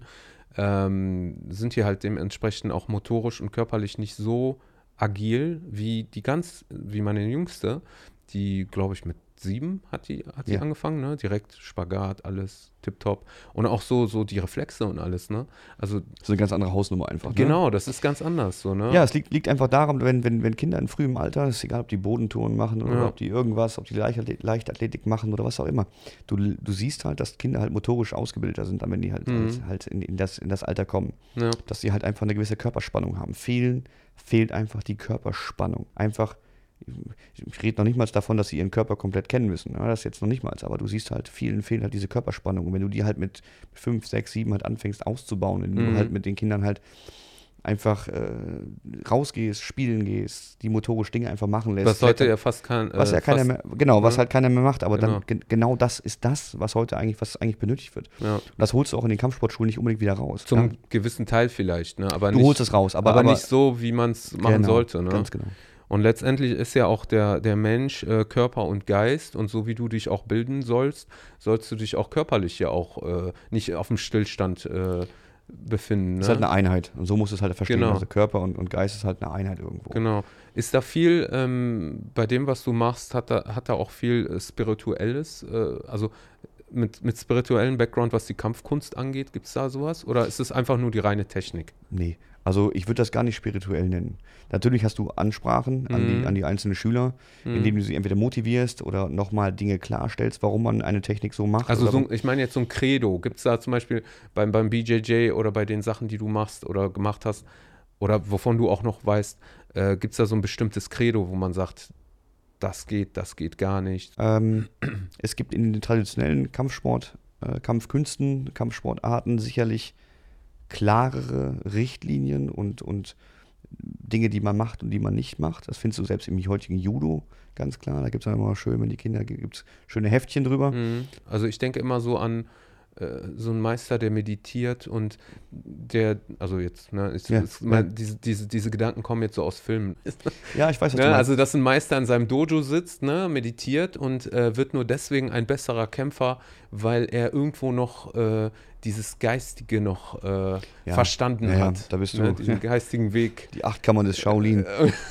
ähm, sind die halt dementsprechend auch motorisch und körperlich nicht so agil wie die ganz, wie meine Jüngste, die, glaube ich, mit sieben hat die, hat die Ja. angefangen, ne? Direkt Spagat, alles tipptopp. Und auch so, so die Reflexe und alles, ne? Also Das ist eine ganz andere Hausnummer einfach. Ne? genau, das ist ganz anders, so, ne? Ja, es liegt, liegt einfach daran, wenn, wenn, wenn Kinder in frühem Alter, ist egal, ob die Bodentouren machen oder Ja. ob die irgendwas, ob die Leichtathletik, Leichtathletik machen oder was auch immer. Du, du siehst halt, dass Kinder halt motorisch ausgebildeter sind, dann wenn die halt, Mhm. halt, halt in, in, das, in das Alter kommen. Ja. Dass sie halt einfach eine gewisse Körperspannung haben. Vielen fehlt einfach die Körperspannung. Einfach, ich rede noch nicht mal davon, dass sie ihren Körper komplett kennen müssen. Ja, das jetzt noch nicht mal, aber du siehst halt, vielen fehlt halt diese Körperspannung. Und wenn du die halt mit fünf, sechs, sieben halt anfängst auszubauen, indem Mhm. du halt mit den Kindern halt einfach äh, rausgehst, spielen gehst, die motorisch Dinge einfach machen lässt. Was heute Klettern- ja fast kein. Äh, was ja keiner fast, mehr, genau, was ne? halt keiner mehr macht, aber Genau. dann gen- genau das ist das, was heute eigentlich, was eigentlich benötigt wird. Ja. Und das holst du auch in den Kampfsportschulen nicht unbedingt wieder raus. Zum ja? gewissen Teil vielleicht, ne? Aber Du nicht, holst es raus, aber, aber, aber, nicht so, wie man es machen genau, sollte, ne? Ganz genau. Und letztendlich ist ja auch der, der Mensch äh, Körper und Geist und so wie du dich auch bilden sollst, sollst du dich auch körperlich ja auch äh, nicht auf dem Stillstand äh, befinden. Ne? Das ist halt eine Einheit. Und so musst du es halt verstehen. Genau. Also Körper und, und Geist ist halt eine Einheit irgendwo. Genau. Ist da viel, ähm, bei dem, was du machst, hat da, hat da auch viel äh, Spirituelles? Äh, also mit, mit spirituellem Background, was die Kampfkunst angeht? Gibt es da sowas? Oder ist es einfach nur die reine Technik? Nee, also ich würde das gar nicht spirituell nennen. Natürlich hast du Ansprachen an, Mhm. die, an die einzelnen Schüler, Mhm. indem du sie entweder motivierst oder nochmal Dinge klarstellst, warum man eine Technik so macht. Also oder so, ich meine jetzt so ein Credo. Gibt es da zum Beispiel beim, beim B J J oder bei den Sachen, die du machst oder gemacht hast oder wovon du auch noch weißt, äh, gibt es da so ein bestimmtes Credo, wo man sagt, das geht, das geht gar nicht? Ähm, es gibt in den traditionellen Kampfsport, äh, Kampfkünsten, Kampfsportarten sicherlich klarere Richtlinien und, und Dinge, die man macht und die man nicht macht. Das findest du selbst im heutigen Judo ganz klar. Da gibt es immer schön, wenn die Kinder, gibt es schöne Heftchen drüber. Mhm. Also ich denke immer so an äh, so einen Meister, der meditiert und der, also jetzt, ne, ist, Ja, ist, ja. man, diese, diese, diese Gedanken kommen jetzt so aus Filmen. Ja, ich weiß, was du Ne, meinst. also, dass ein Meister in seinem Dojo sitzt, ne, meditiert und äh, wird nur deswegen ein besserer Kämpfer, weil er irgendwo noch äh, dieses Geistige noch äh, Ja, verstanden ja, ja, hat. da bist du. Ne, diesen geistigen Weg. Die acht Kammern des Shaolin.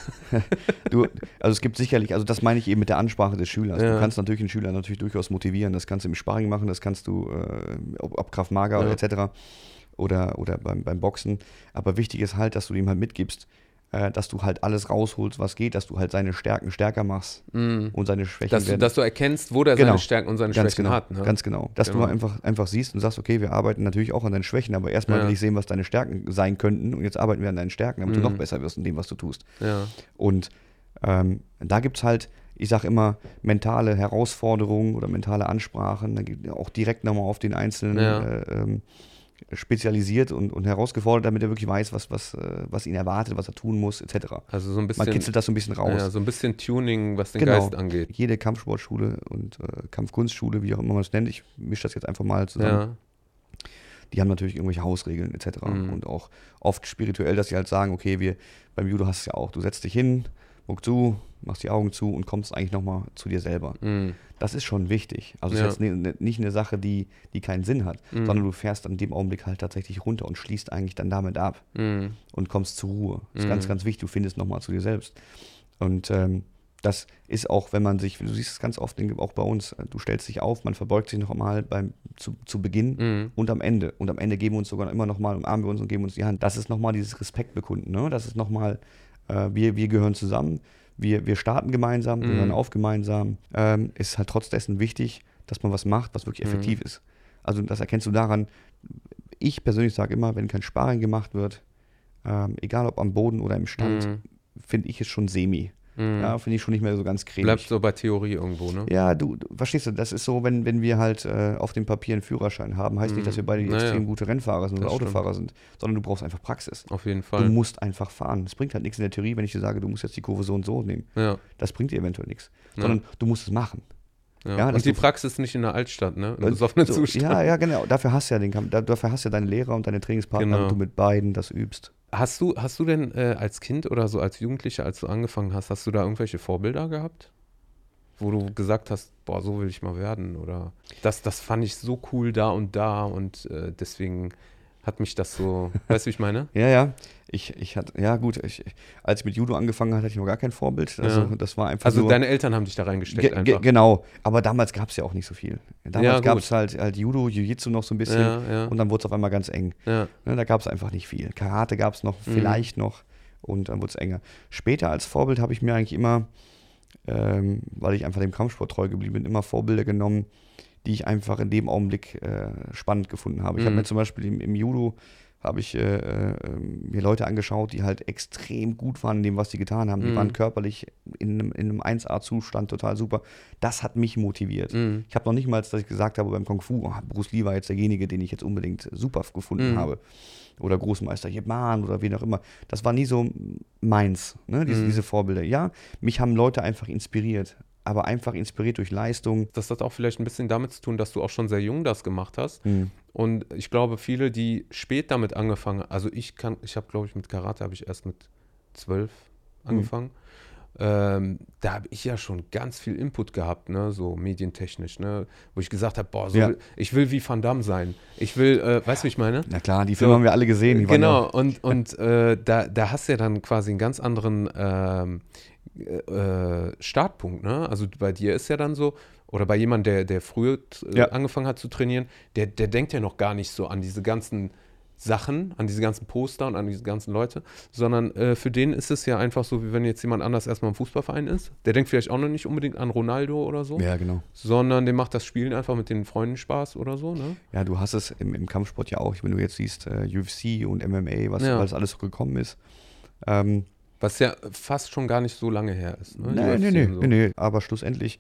Du, also es gibt sicherlich, also das meine ich eben mit der Ansprache des Schülers. Ja. Du kannst natürlich einen Schüler natürlich durchaus motivieren. Das kannst du im Sparring machen, das kannst du äh, ob, ob Krav Maga Ja. et cetera oder, oder beim, beim Boxen. Aber wichtig ist halt, dass du ihm halt mitgibst, äh, dass du halt alles rausholst, was geht, dass du halt seine Stärken stärker machst Mm. und seine Schwächen Dass, du, werden. dass du erkennst, wo der Genau. seine Stärken und seine Ganz Schwächen genau, hat. Ne? ganz genau. Dass Genau. du einfach, einfach siehst und sagst, okay, wir arbeiten natürlich auch an deinen Schwächen, aber erstmal Ja. will ich sehen, was deine Stärken sein könnten und jetzt arbeiten wir an deinen Stärken, damit Mhm. du noch besser wirst in dem, was du tust. Ja. Und ähm, da gibt es halt, ich sage immer, mentale Herausforderungen oder mentale Ansprachen, dann gibt auch direkt nochmal auf den Einzelnen Ja. äh, ähm, spezialisiert und, und herausgefordert, damit er wirklich weiß, was, was, äh, was ihn erwartet, was er tun muss, et cetera. Also so ein bisschen, Man kitzelt das so ein bisschen raus. ja, so ein bisschen Tuning, was den Genau. Geist angeht. Jede Kampfsportschule und äh, Kampfkunstschule, wie auch immer man es nennt, ich mische das jetzt einfach mal zusammen, Ja. die haben natürlich irgendwelche Hausregeln et cetera. Mhm. Und auch oft spirituell, dass sie halt sagen, okay, wir beim Judo hast du es ja auch, du setzt dich hin, guckst zu, machst die Augen zu und kommst eigentlich nochmal zu dir selber. Mm. Das ist schon wichtig. Also es Ja. ist jetzt ne, ne, nicht eine Sache, die, die keinen Sinn hat, Mhm. sondern du fährst an dem Augenblick halt tatsächlich runter und schließt eigentlich dann damit ab Mm. und kommst zur Ruhe. Das ist Mhm. ganz, ganz wichtig, du findest nochmal zu dir selbst. Und ähm, das ist auch, wenn man sich, du siehst es ganz oft auch bei uns, du stellst dich auf, man verbeugt sich noch einmal beim, zu, zu Beginn Mm. und am Ende. Und am Ende geben wir uns sogar immer nochmal, umarmen wir uns und geben uns die Hand. Das ist nochmal dieses Respekt bekunden. Ne? Das ist nochmal, äh, wir, wir gehören zusammen, wir, wir starten gemeinsam, wir Mhm. hören auf gemeinsam. Ähm, ist halt trotz dessen wichtig, dass man was macht, was wirklich Mhm. effektiv ist. Also das erkennst du daran, ich persönlich sage immer, wenn kein Sparring gemacht wird, ähm, egal ob am Boden oder im Stand, Mhm. finde ich es schon semi. Mm. Ja, finde ich schon nicht mehr so ganz cremig. Bleibt so bei Theorie irgendwo, ne? Ja, du, du verstehst du, das ist so, wenn, wenn wir halt äh, auf dem Papier einen Führerschein haben, heißt Mhm. nicht, dass wir beide Naja. extrem gute Rennfahrer sind oder Das Autofahrer sind, sondern du brauchst einfach Praxis. Auf jeden Du Fall. musst einfach fahren. Es bringt halt nichts in der Theorie, wenn ich dir sage, du musst jetzt die Kurve so und so nehmen. Ja. Das bringt dir eventuell nichts. Ja. Sondern du musst es machen. Ja. Ja, dass und die du- Praxis nicht in der Altstadt, ne? Im Äh, besoffenen so, Zustand. Ja, ja, genau. Dafür hast du ja den Kampf, da- dafür hast du ja deine Lehrer und deine Trainingspartner, Genau. und du mit beiden das übst. Hast du, hast du denn äh, als Kind oder so als Jugendlicher, als du angefangen hast, hast du da irgendwelche Vorbilder gehabt? Wo du gesagt hast, boah, so will ich mal werden oder das, das fand ich so cool da und da und äh, deswegen hat mich das so, weißt du, wie ich meine? Ja, ja. Ich, ich hatte, ja gut, ich, als ich mit Judo angefangen hatte, hatte ich noch gar kein Vorbild. Also Ja. das war einfach Also nur, deine Eltern haben dich da reingesteckt Ge ge einfach. genau, aber damals gab es ja auch nicht so viel. Ja, Damals gut. gab es halt, halt Judo, Jiu-Jitsu noch so ein bisschen Ja, ja. und dann wurde es auf einmal ganz eng. Ja. Ne, da gab es einfach nicht viel. Karate gab es noch, Mhm. vielleicht noch und dann wurde es enger. Später als Vorbild habe ich mir eigentlich immer, ähm, weil ich einfach dem Kampfsport treu geblieben bin, immer Vorbilder genommen, die ich einfach in dem Augenblick äh, spannend gefunden habe. Ich habe Mhm. mir zum Beispiel im, im Judo habe ich äh, äh, mir Leute angeschaut, die halt extrem gut waren in dem, was sie getan haben. Die Mhm. waren körperlich in einem, in einem eins A-Zustand total super. Das hat mich motiviert. Mhm. Ich habe noch nicht mal, dass ich gesagt habe beim Kung Fu, oh, Bruce Lee war jetzt derjenige, den ich jetzt unbedingt super gefunden Mhm. habe. Oder Großmeister Yip Man oder wen auch immer. Das war nie so meins, ne? diese, Mhm. diese Vorbilder. Ja, mich haben Leute einfach inspiriert. Aber einfach inspiriert durch Leistung. Das hat auch vielleicht ein bisschen damit zu tun, dass du auch schon sehr jung das gemacht hast. Hm. Und ich glaube, viele, die spät damit angefangen, also ich kann, ich habe, glaube ich, mit Karate habe ich erst mit zwölf angefangen. Ähm, da habe ich ja schon ganz viel Input gehabt, ne, so medientechnisch, ne, wo ich gesagt habe, boah, so Ja. will, ich will wie Van Damme sein. Ich will, äh, weißt du, wie ich meine? Na klar, die Filme So, haben wir alle gesehen. Die waren Genau, ja, und, und äh, da, da hast du ja dann quasi einen ganz anderen ähm, äh, Startpunkt, ne? Also bei dir ist ja dann so, oder bei jemandem, der, der früher äh, Ja. angefangen hat zu trainieren, der, der denkt ja noch gar nicht so an diese ganzen Sachen, an diese ganzen Poster und an diese ganzen Leute, sondern äh, für den ist es ja einfach so, wie wenn jetzt jemand anders erstmal im Fußballverein ist. Der denkt vielleicht auch noch nicht unbedingt an Ronaldo oder so, Ja, genau. sondern dem macht das Spielen einfach mit den Freunden Spaß oder so, ne? Ja, du hast es im, im Kampfsport ja auch, wenn du jetzt siehst, äh, U F C und M M A, was, Ja. was alles so gekommen ist. Ähm, Was ja fast schon gar nicht so lange her ist. Ne? nee, U F C nee, nee, und so. nee, nee, aber schlussendlich,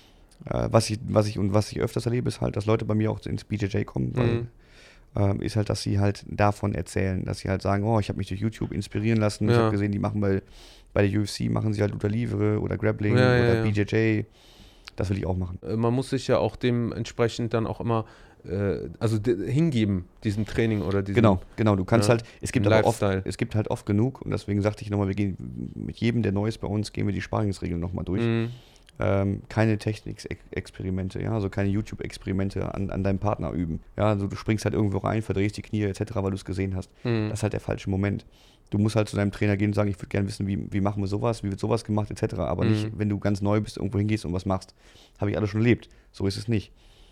äh, was ich, was ich und was ich öfters erlebe, ist halt, dass Leute bei mir auch ins B J J kommen, weil Mhm. ähm, ist halt, dass sie halt davon erzählen, dass sie halt sagen, oh, ich habe mich durch YouTube inspirieren lassen, ich Ja. habe gesehen, die machen bei, bei der U F C, machen sie halt Luta Livre oder Grappling Ja, ja, oder ja. B J J, das will ich auch machen. Äh, Man muss sich ja auch dementsprechend dann auch immer äh, also de- hingeben, diesem Training oder diesem. Genau, genau, du kannst ja, halt, es gibt im aber oft, Lifestyle. es gibt halt oft genug und deswegen sagte ich nochmal, wir gehen mit jedem, der neu ist bei uns, gehen wir die Sparingsregeln nochmal durch. Mhm. Ähm, keine Technik-Experimente, ja, also keine YouTube-Experimente an, an deinem Partner üben. Ja, also du springst halt irgendwo rein, verdrehst die Knie et cetera, weil du es gesehen hast. Mhm. Das ist halt der falsche Moment. Du musst halt zu deinem Trainer gehen und sagen, ich würde gerne wissen, wie, wie machen wir sowas, wie wird sowas gemacht et cetera. Aber Mhm. nicht, wenn du ganz neu bist, irgendwo hingehst und was machst. Habe ich alles schon erlebt. So ist es nicht.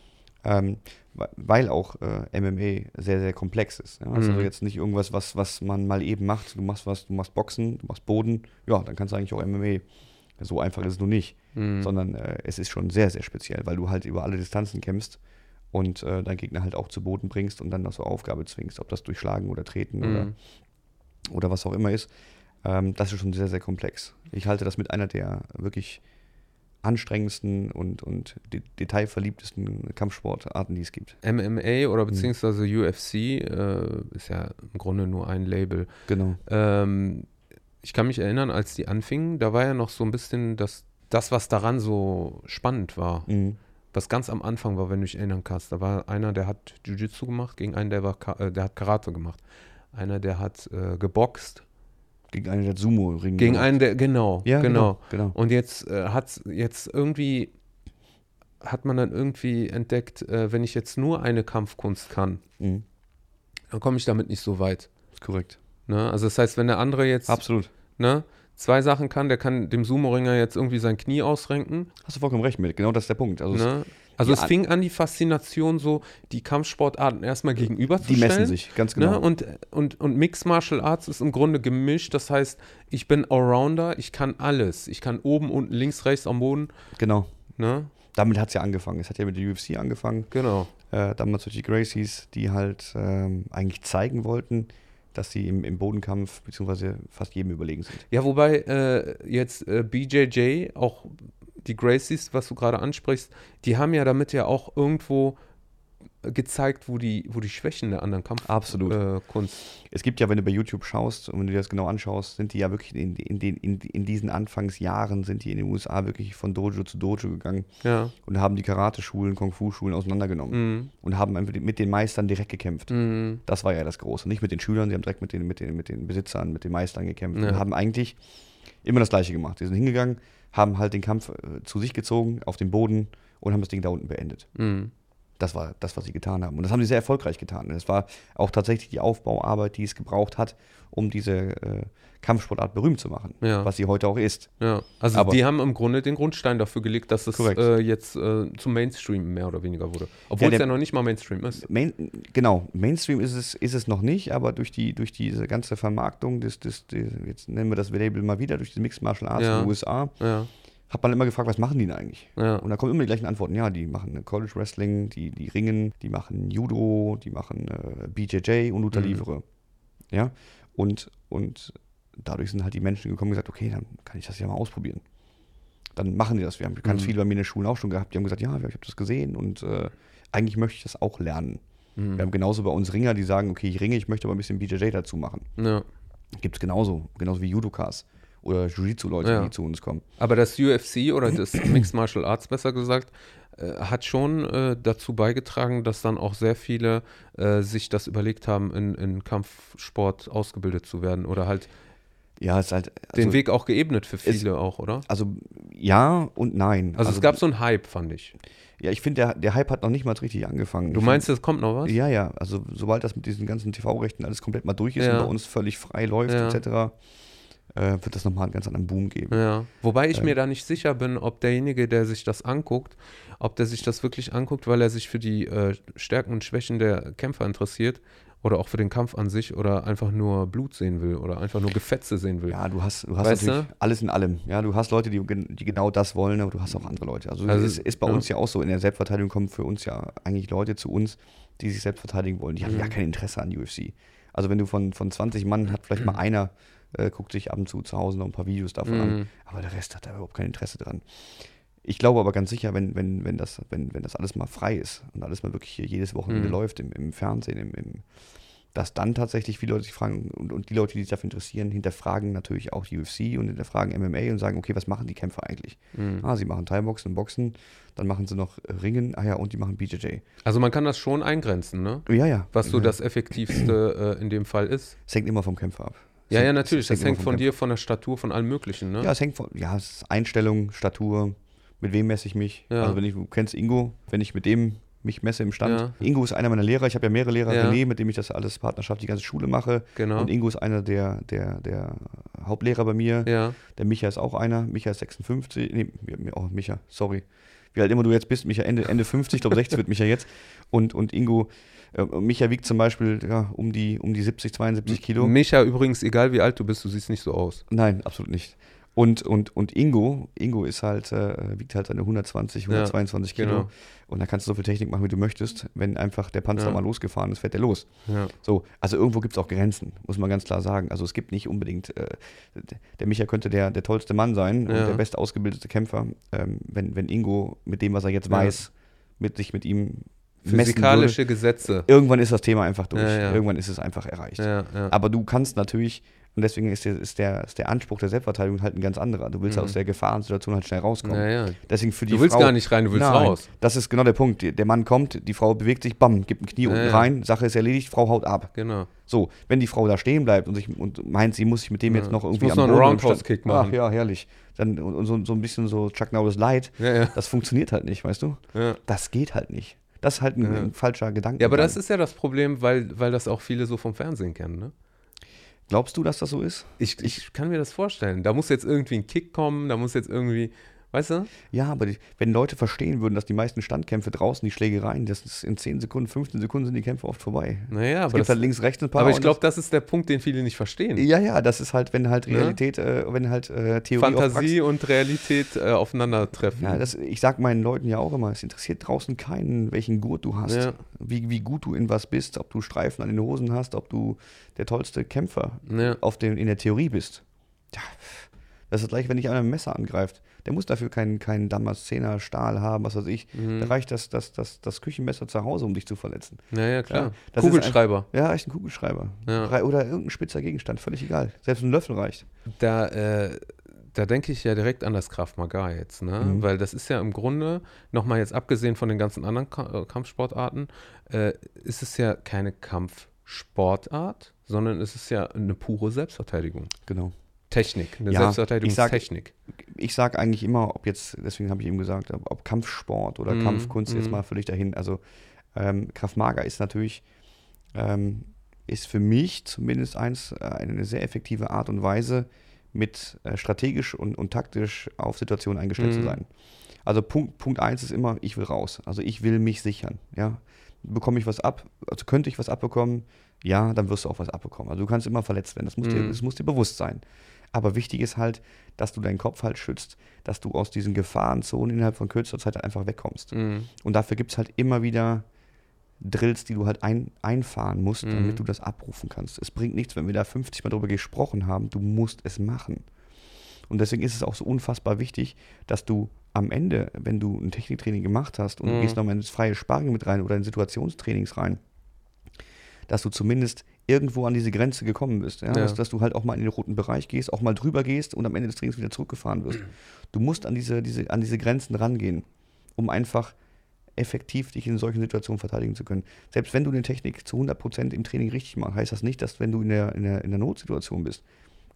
Ähm, we- weil auch äh, M M A sehr, sehr komplex ist. Ja? Das ist Mhm. also jetzt nicht irgendwas, was, was man mal eben macht. Du machst was, du machst Boxen, du machst Boden, ja, dann kannst du eigentlich auch M M A. So einfach ist es nur nicht. Mhm. Sondern äh, es ist schon sehr, sehr speziell, weil du halt über alle Distanzen kämpfst und äh, deinen Gegner halt auch zu Boden bringst und dann noch so Aufgabe zwingst, ob das durch Schlagen oder Treten oder, Mhm. oder was auch immer ist. Ähm, das ist schon sehr, sehr komplex. Ich halte das mit einer der wirklich anstrengendsten und, und de detailverliebtesten Kampfsportarten, die es gibt. M M A oder Mhm. beziehungsweise U F C äh, ist ja im Grunde nur ein Label. Genau. Ähm, ich kann mich erinnern, als die anfingen, da war ja noch so ein bisschen das, das was daran so spannend war. Mhm. Was ganz am Anfang war, wenn du dich erinnern kannst. Da war einer, der hat Jiu-Jitsu gemacht, gegen einen, der, war, Ka- äh, der hat Karate gemacht. Einer, der hat äh, geboxt, Gegen einen der Sumo-Ring. gegen einen, der, genau, Ja, genau. genau. genau. Und jetzt äh, hat jetzt irgendwie, hat man dann irgendwie entdeckt, äh, wenn ich jetzt nur eine Kampfkunst kann, Mhm. dann komme ich damit nicht so weit. Ist korrekt. Ne? Also das heißt, wenn der andere jetzt Absolut. ne, zwei Sachen kann, der kann dem Sumo-Ringer jetzt irgendwie sein Knie ausrenken. Hast du vollkommen recht mit. Genau das ist der Punkt. Also es- Ne? Also die es an- fing an, die Faszination so, die Kampfsportarten erstmal die gegenüberzustellen. messen sich, ganz genau. Ne? Und, und, und Mixed Martial Arts ist im Grunde gemischt. Das heißt, ich bin Allrounder, ich kann alles. Ich kann oben, unten, links, rechts am Boden. Genau. Ne? Damit hat es ja angefangen. Es hat ja mit der U F C angefangen. Genau. Äh, damals durch die Gracies, die halt ähm, eigentlich zeigen wollten, dass sie im, im Bodenkampf beziehungsweise fast jedem überlegen sind. Ja, wobei äh, jetzt äh, B J J, auch die Gracies, was du gerade ansprichst, die haben ja damit ja auch irgendwo gezeigt, wo die, wo die Schwächen der anderen Absolut. Kampfkunst. Äh, Kunst. Es gibt ja, wenn du bei YouTube schaust und wenn du dir das genau anschaust, sind die ja wirklich in, in, den, in, in diesen Anfangsjahren sind die in den U S A wirklich von Dojo zu Dojo gegangen Ja. und haben die Karate-Schulen, Kung-Fu-Schulen auseinandergenommen Mhm. und haben einfach mit den Meistern direkt gekämpft. Mhm. Das war ja das Große. Nicht mit den Schülern, sie haben direkt mit den, mit den, mit den Besitzern, mit den Meistern gekämpft Ja. und haben eigentlich immer das Gleiche gemacht. Die sind hingegangen, haben halt den Kampf äh, zu sich gezogen, auf den Boden und haben das Ding da unten beendet. Mhm. Das war das, was sie getan haben. Und das haben sie sehr erfolgreich getan. Das war auch tatsächlich die Aufbauarbeit, die es gebraucht hat, um diese äh, Kampfsportart berühmt zu machen, Ja. was sie heute auch ist. Ja, also Aber- die haben im Grunde den Grundstein dafür gelegt, dass es Korrekt. äh, jetzt äh, zum Mainstream mehr oder weniger wurde. Obwohl Ja, es der- ja noch nicht mal Mainstream ist. Main, genau, Mainstream ist es, ist es noch nicht, aber durch, die, durch diese ganze Vermarktung, des, des, des, jetzt nennen wir das Label mal wieder, durch die Mixed Martial Arts Ja. in den U S A, Ja, hat man immer gefragt, was machen die denn eigentlich? ja. Und da kommen immer die gleichen Antworten. Ja, die machen College Wrestling, die, die ringen, die machen Judo, die machen äh, B J J und Luta Mhm. Livre. Ja, und, und dadurch sind halt die Menschen gekommen und gesagt, okay, dann kann ich das ja mal ausprobieren. Dann machen die das. Wir haben ganz Mhm. viele bei mir in den Schulen auch schon gehabt, die haben gesagt, ja, ich habe das gesehen und äh, eigentlich möchte ich das auch lernen. Mhm. Wir haben genauso bei uns Ringer, die sagen, okay, ich ringe, ich möchte aber ein bisschen B J J dazu machen. Ja. Gibt es genauso, genauso wie Judokas oder Jiu-Jitsu-Leute, Ja. die zu uns kommen. Aber das U F C oder das Mixed Martial Arts besser gesagt, äh, hat schon äh, dazu beigetragen, dass dann auch sehr viele äh, sich das überlegt haben, in, in Kampfsport ausgebildet zu werden oder halt Ja, es ist halt. den also- Weg auch geebnet für viele auch, oder? Also ja und nein. Also, es gab so einen Hype, fand ich. Ja, ich finde, der, der Hype hat noch nicht mal richtig angefangen. Du Ich meinst, es kommt noch was? find, Ja, ja. Also sobald das mit diesen ganzen T V-Rechten alles komplett mal durch ist Ja. und bei uns völlig frei läuft, Ja. et cetera, äh, wird das nochmal einen ganz anderen Boom geben. Ja, wobei ich Ähm. mir da nicht sicher bin, ob derjenige, der sich das anguckt, ob der sich das wirklich anguckt, weil er sich für die äh, Stärken und Schwächen der Kämpfer interessiert oder auch für den Kampf an sich oder einfach nur Blut sehen will oder einfach nur Gefetze sehen will. Ja, du hast, du hast Weißt natürlich du? alles in allem. Ja, du hast Leute, die, gen- die genau das wollen, aber du hast auch andere Leute. Also, Also, es ist bei ja. uns ja auch so, in der Selbstverteidigung kommen für uns ja eigentlich Leute zu uns, die sich selbst verteidigen wollen. Die haben Mhm. ja kein Interesse an U F C. Also wenn du von, von zwanzig Mann hat vielleicht mal einer, äh, guckt sich ab und zu zu Hause noch ein paar Videos davon an, Mhm. aber der Rest hat da überhaupt kein Interesse dran. Ich glaube aber ganz sicher, wenn, wenn, wenn, das, wenn, wenn das alles mal frei ist und alles mal wirklich hier jedes Wochenende Mhm. läuft, im, im Fernsehen, im, im dass dann tatsächlich viele Leute sich fragen und, und die Leute, die sich dafür interessieren, hinterfragen natürlich auch die U F C und hinterfragen M M A und sagen, okay, was machen die Kämpfer eigentlich? Mhm. Ah, sie machen Thai-Boxen und Boxen, dann machen sie noch Ringen, ah ja, und die machen B J J. Also man kann das schon eingrenzen, ne? Ja, ja. Was so ja. das Effektivste äh, in dem Fall ist. Es hängt immer vom Kämpfer ab. Es Ja, hängt- ja, natürlich. es Das immer hängt vom von Kämpfer. dir, von der Statur, von allem Möglichen, ne? Ja, es hängt von, ja, es ist Einstellung, Statur, mit wem messe ich mich. Ja. Also wenn ich, du kennst Ingo, wenn ich mit dem mich messe im Stand. Ja. Ingo ist einer meiner Lehrer, ich habe ja mehrere Lehrer, Ja. René, mit dem ich das alles Partnerschaft, die ganze Schule mache. Genau. Und Ingo ist einer der, der, der Hauptlehrer bei mir. Ja. Der Micha ist auch einer. Micha ist sechsundfünfzig. Nee, oh, Micha, sorry. Wie alt immer du jetzt bist, Micha Ende, Ende fünfzig, ich glaube sechzig wird Micha jetzt. Und, und Ingo, äh, Micha wiegt zum Beispiel ja, um, die, um die siebzig, zweiundsiebzig Kilo. Micha übrigens, egal wie alt du bist, du siehst nicht so aus. Nein, absolut nicht. Und, und, und Ingo, Ingo ist halt, äh, wiegt halt seine hundertzwanzig, hundertzweiundzwanzig Kilo. genau. Und da kannst du so viel Technik machen, wie du möchtest. Wenn einfach der Panzer Ja. mal losgefahren ist, fährt der los. Ja. So, also irgendwo gibt es auch Grenzen, muss man ganz klar sagen. Also es gibt nicht unbedingt, äh, der Micha könnte der, der tollste Mann sein Ja. und der best ausgebildete Kämpfer, ähm, wenn, wenn Ingo mit dem, was er jetzt Ja. weiß, mit sich mit ihm messen würde. Physikalische Gesetze. Irgendwann ist das Thema einfach durch. Ja, ja. Irgendwann ist es einfach erreicht. Ja, ja. Aber du kannst natürlich, und deswegen ist der, ist, der, ist der Anspruch der Selbstverteidigung halt ein ganz anderer. Du willst Mhm. aus der Gefahrensituation halt schnell rauskommen. Ja, ja. Deswegen für die Du willst Frau, gar nicht rein, du willst Nein, raus. Das ist genau der Punkt. Der Mann kommt, die Frau bewegt sich, bam, gibt ein Knie Ja, unten ja. rein, Sache ist erledigt, Frau haut ab. Genau. So, wenn die Frau da stehen bleibt und, sich, und meint, sie muss sich mit dem Ja. jetzt noch Ich irgendwie muss noch einen Boden Roundhouse-Kick stand- machen. Ach ja, herrlich. Dann, und, und so, so ein bisschen so Chuck Norris Light, Ja, ja. das funktioniert halt nicht, weißt du? Ja. Das geht halt nicht. Das ist halt ein, Ja. ein falscher Gedanke. Ja, aber das ist ja das Problem, weil, weil das auch viele so vom Fernsehen kennen, ne? Glaubst du, dass das so ist? Ich, ich kann mir das vorstellen. Da muss jetzt irgendwie ein Kick kommen, da muss jetzt irgendwie, weißt du? Ja, aber die, wenn Leute verstehen würden, dass die meisten Standkämpfe draußen, die Schlägereien, das ist in zehn Sekunden, fünfzehn Sekunden sind die Kämpfe oft vorbei. Naja, Es aber, gibt das, halt links, rechts ein paar. aber ich und glaube, das ist der Punkt, den viele nicht verstehen. das, ja, ja, das ist halt, wenn halt Ne? Realität, äh, wenn halt äh, Theorie auf Fantasie und Realität äh, aufeinandertreffen. Ja, das, ich sag meinen Leuten ja auch immer, es interessiert draußen keinen, welchen Gurt du hast, Ja. wie, wie gut du in was bist, ob du Streifen an den Hosen hast, ob du der tollste Kämpfer Ja. auf dem, in der Theorie bist. Ja, das ist gleich, wenn dich einer mit dem Messer angreift. Der muss dafür keinen keinen Damaszener Stahl haben, was weiß ich. Mhm. Da reicht das, das, das, das Küchenmesser zu Hause, um dich zu verletzen. Ja, ja, klar. Ja, das ist Kugelschreiber. Ja, echt ein Kugelschreiber. Ja. Rei- Oder irgendein spitzer Gegenstand, völlig egal. Selbst ein Löffel reicht. Da, äh, da denke ich ja direkt an das Krav Maga jetzt, ne? Mhm. Weil das ist ja im Grunde, nochmal jetzt abgesehen von den ganzen anderen Ka äh, Kampfsportarten, äh, ist es ja keine Kampfsportart, sondern es ist ja eine pure Selbstverteidigung. Genau. Technik, eine Ja, ich sag- Selbstverteidigungstechnik. Ich sage eigentlich immer, ob jetzt, deswegen habe ich eben gesagt, ob, ob Kampfsport oder Mhm, Kampfkunst, jetzt mhm. mal völlig dahin. Also ähm, Krav Maga ist natürlich, ähm, ist für mich zumindest eins, äh, eine sehr effektive Art und Weise, mit äh, strategisch und, und taktisch auf Situationen eingestellt zu Mhm. sein. Also Punkt, Punkt eins ist immer, ich will raus. Also ich will mich sichern. Ja? Bekomme ich was ab, also könnte ich was abbekommen, ja, dann wirst du auch was abbekommen. Also du kannst immer verletzt werden, das muss, dir, Mhm. das muss dir bewusst sein. Aber wichtig ist halt, dass du deinen Kopf halt schützt, dass du aus diesen Gefahrenzonen innerhalb von kürzester Zeit halt einfach wegkommst. Mhm. Und dafür gibt es halt immer wieder Drills, die du halt ein, einfahren musst, Mhm. damit du das abrufen kannst. Es bringt nichts, wenn wir da fünfzig Mal drüber gesprochen haben, du musst es machen. Und deswegen ist es auch so unfassbar wichtig, dass du am Ende, wenn du ein Techniktraining gemacht hast und Mhm. du gehst nochmal ins freie Sparring mit rein oder in Situationstrainings rein, dass du zumindest irgendwo an diese Grenze gekommen bist. Ja? Ja. Dass, dass du halt auch mal in den roten Bereich gehst, auch mal drüber gehst und am Ende des Trainings wieder zurückgefahren wirst. Du musst an diese, diese, an diese Grenzen rangehen, um einfach effektiv dich in solchen Situationen verteidigen zu können. Selbst wenn du eine Technik zu hundert Prozent im Training richtig machst, heißt das nicht, dass wenn du in der, in der, in der Notsituation bist,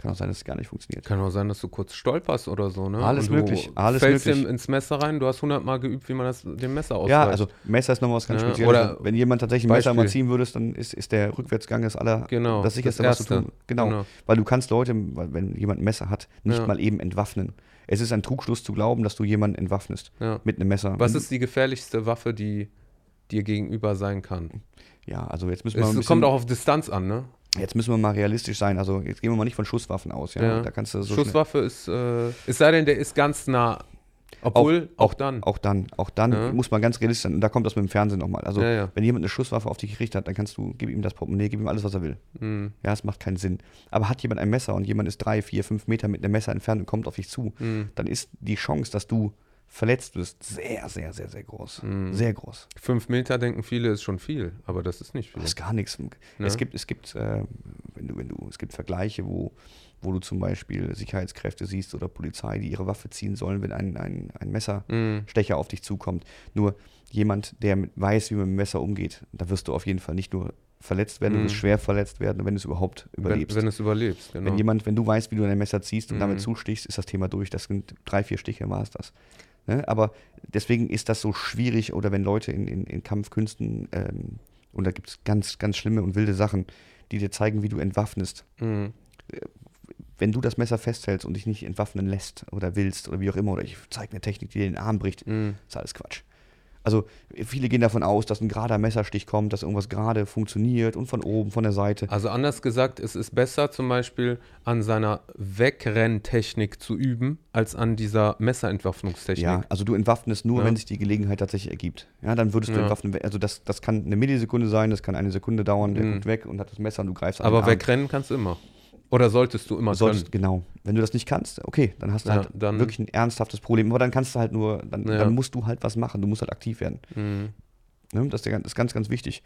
Kann auch sein, dass es gar nicht funktioniert. Kann auch sein, dass du kurz stolperst oder so, ne? Alles Und du möglich, alles fällst möglich. Dem ins Messer rein, du hast hundertmal geübt, wie man das dem Messer ausweicht. Ja, also Messer ist nochmal was ganz Ja, Spezielles. oder Wenn jemand tatsächlich ein Messer Beispiel. mal ziehen würdest, dann ist, ist der Rückwärtsgang das aller, Genau, das sicherste, das was du Erste. tun. Genau. Genau. Weil du kannst Leute, wenn jemand ein Messer hat, nicht Ja. mal eben entwaffnen. Es ist ein Trugschluss zu glauben, dass du jemanden entwaffnest Ja. mit einem Messer. Was Wenn ist die gefährlichste Waffe, die dir gegenüber sein kann? du, ja, also jetzt müssen wir Es ein bisschen, kommt auch auf Distanz an, ne? jetzt müssen wir mal realistisch sein. Also jetzt gehen wir mal nicht von Schusswaffen aus. Ja, Ja. da kannst du so Schusswaffe ist, äh, es sei denn, der ist ganz nah. Obwohl, auch, auch dann. Auch dann, auch dann Ja. muss man ganz realistisch sein. Und da kommt das mit dem Fernsehen nochmal. Also Ja, ja. wenn jemand eine Schusswaffe auf dich gerichtet hat, dann kannst du, gib ihm das Portemonnaie, gib ihm alles, was er will. Mhm. Ja, es macht keinen Sinn. Aber hat jemand ein Messer und jemand ist drei, vier, fünf Meter mit einem Messer entfernt und kommt auf dich zu, Mhm. dann ist die Chance, dass du verletzt wirst, sehr, sehr, sehr, sehr groß. Mhm. Sehr groß. Fünf Meter denken viele ist schon viel, aber das ist nicht viel. Das ist gar nichts. Ja. Es gibt, es gibt, äh, wenn du, wenn du, es gibt Vergleiche, wo, wo du zum Beispiel Sicherheitskräfte siehst oder Polizei, die ihre Waffe ziehen sollen, wenn ein, ein, ein Messerstecher Mhm. auf dich zukommt. Nur jemand, der mit, weiß, wie man mit dem Messer umgeht, da wirst du auf jeden Fall nicht nur verletzt werden, Mhm. du wirst schwer verletzt werden, wenn du es überhaupt Wenn, überlebst. wenn es überlebst, genau. Wenn jemand, wenn du weißt, wie du ein Messer ziehst und Mhm. damit zustichst, ist das Thema durch. Das sind drei, vier Stiche, war es das. Ne? Aber deswegen ist das so schwierig, oder wenn Leute in, in, in Kampfkünsten, ähm, und da gibt es ganz, ganz schlimme und wilde Sachen, die dir zeigen, wie du entwaffnest. Mhm. Wenn du das Messer festhältst und dich nicht entwaffnen lässt oder willst oder wie auch immer, oder ich zeige eine Technik, die dir den Arm bricht, Mhm. ist alles Quatsch. Also viele gehen davon aus, dass ein gerader Messerstich kommt, dass irgendwas gerade funktioniert und von oben, von der Seite. Also anders gesagt, es ist besser zum Beispiel an seiner Wegrenntechnik zu üben, als an dieser Messerentwaffnungstechnik. Ja, also du entwaffnest nur, Ja. wenn sich die Gelegenheit tatsächlich ergibt. Ja, dann würdest du Ja. entwaffnen. Also das, das kann eine Millisekunde sein, das kann eine Sekunde dauern, der Mhm. guckt weg und hat das Messer und du greifst an Aber den Arm. wegrennen kannst du immer. Oder solltest du immer Du solltest, können. genau. Wenn du das nicht kannst, okay, dann hast du Ja, halt dann- wirklich ein ernsthaftes Problem. Aber dann kannst du halt nur, dann, Ja. dann musst du halt was machen. Du musst halt aktiv werden. Mhm. Ne? Das ist der- das ist ganz, ganz wichtig.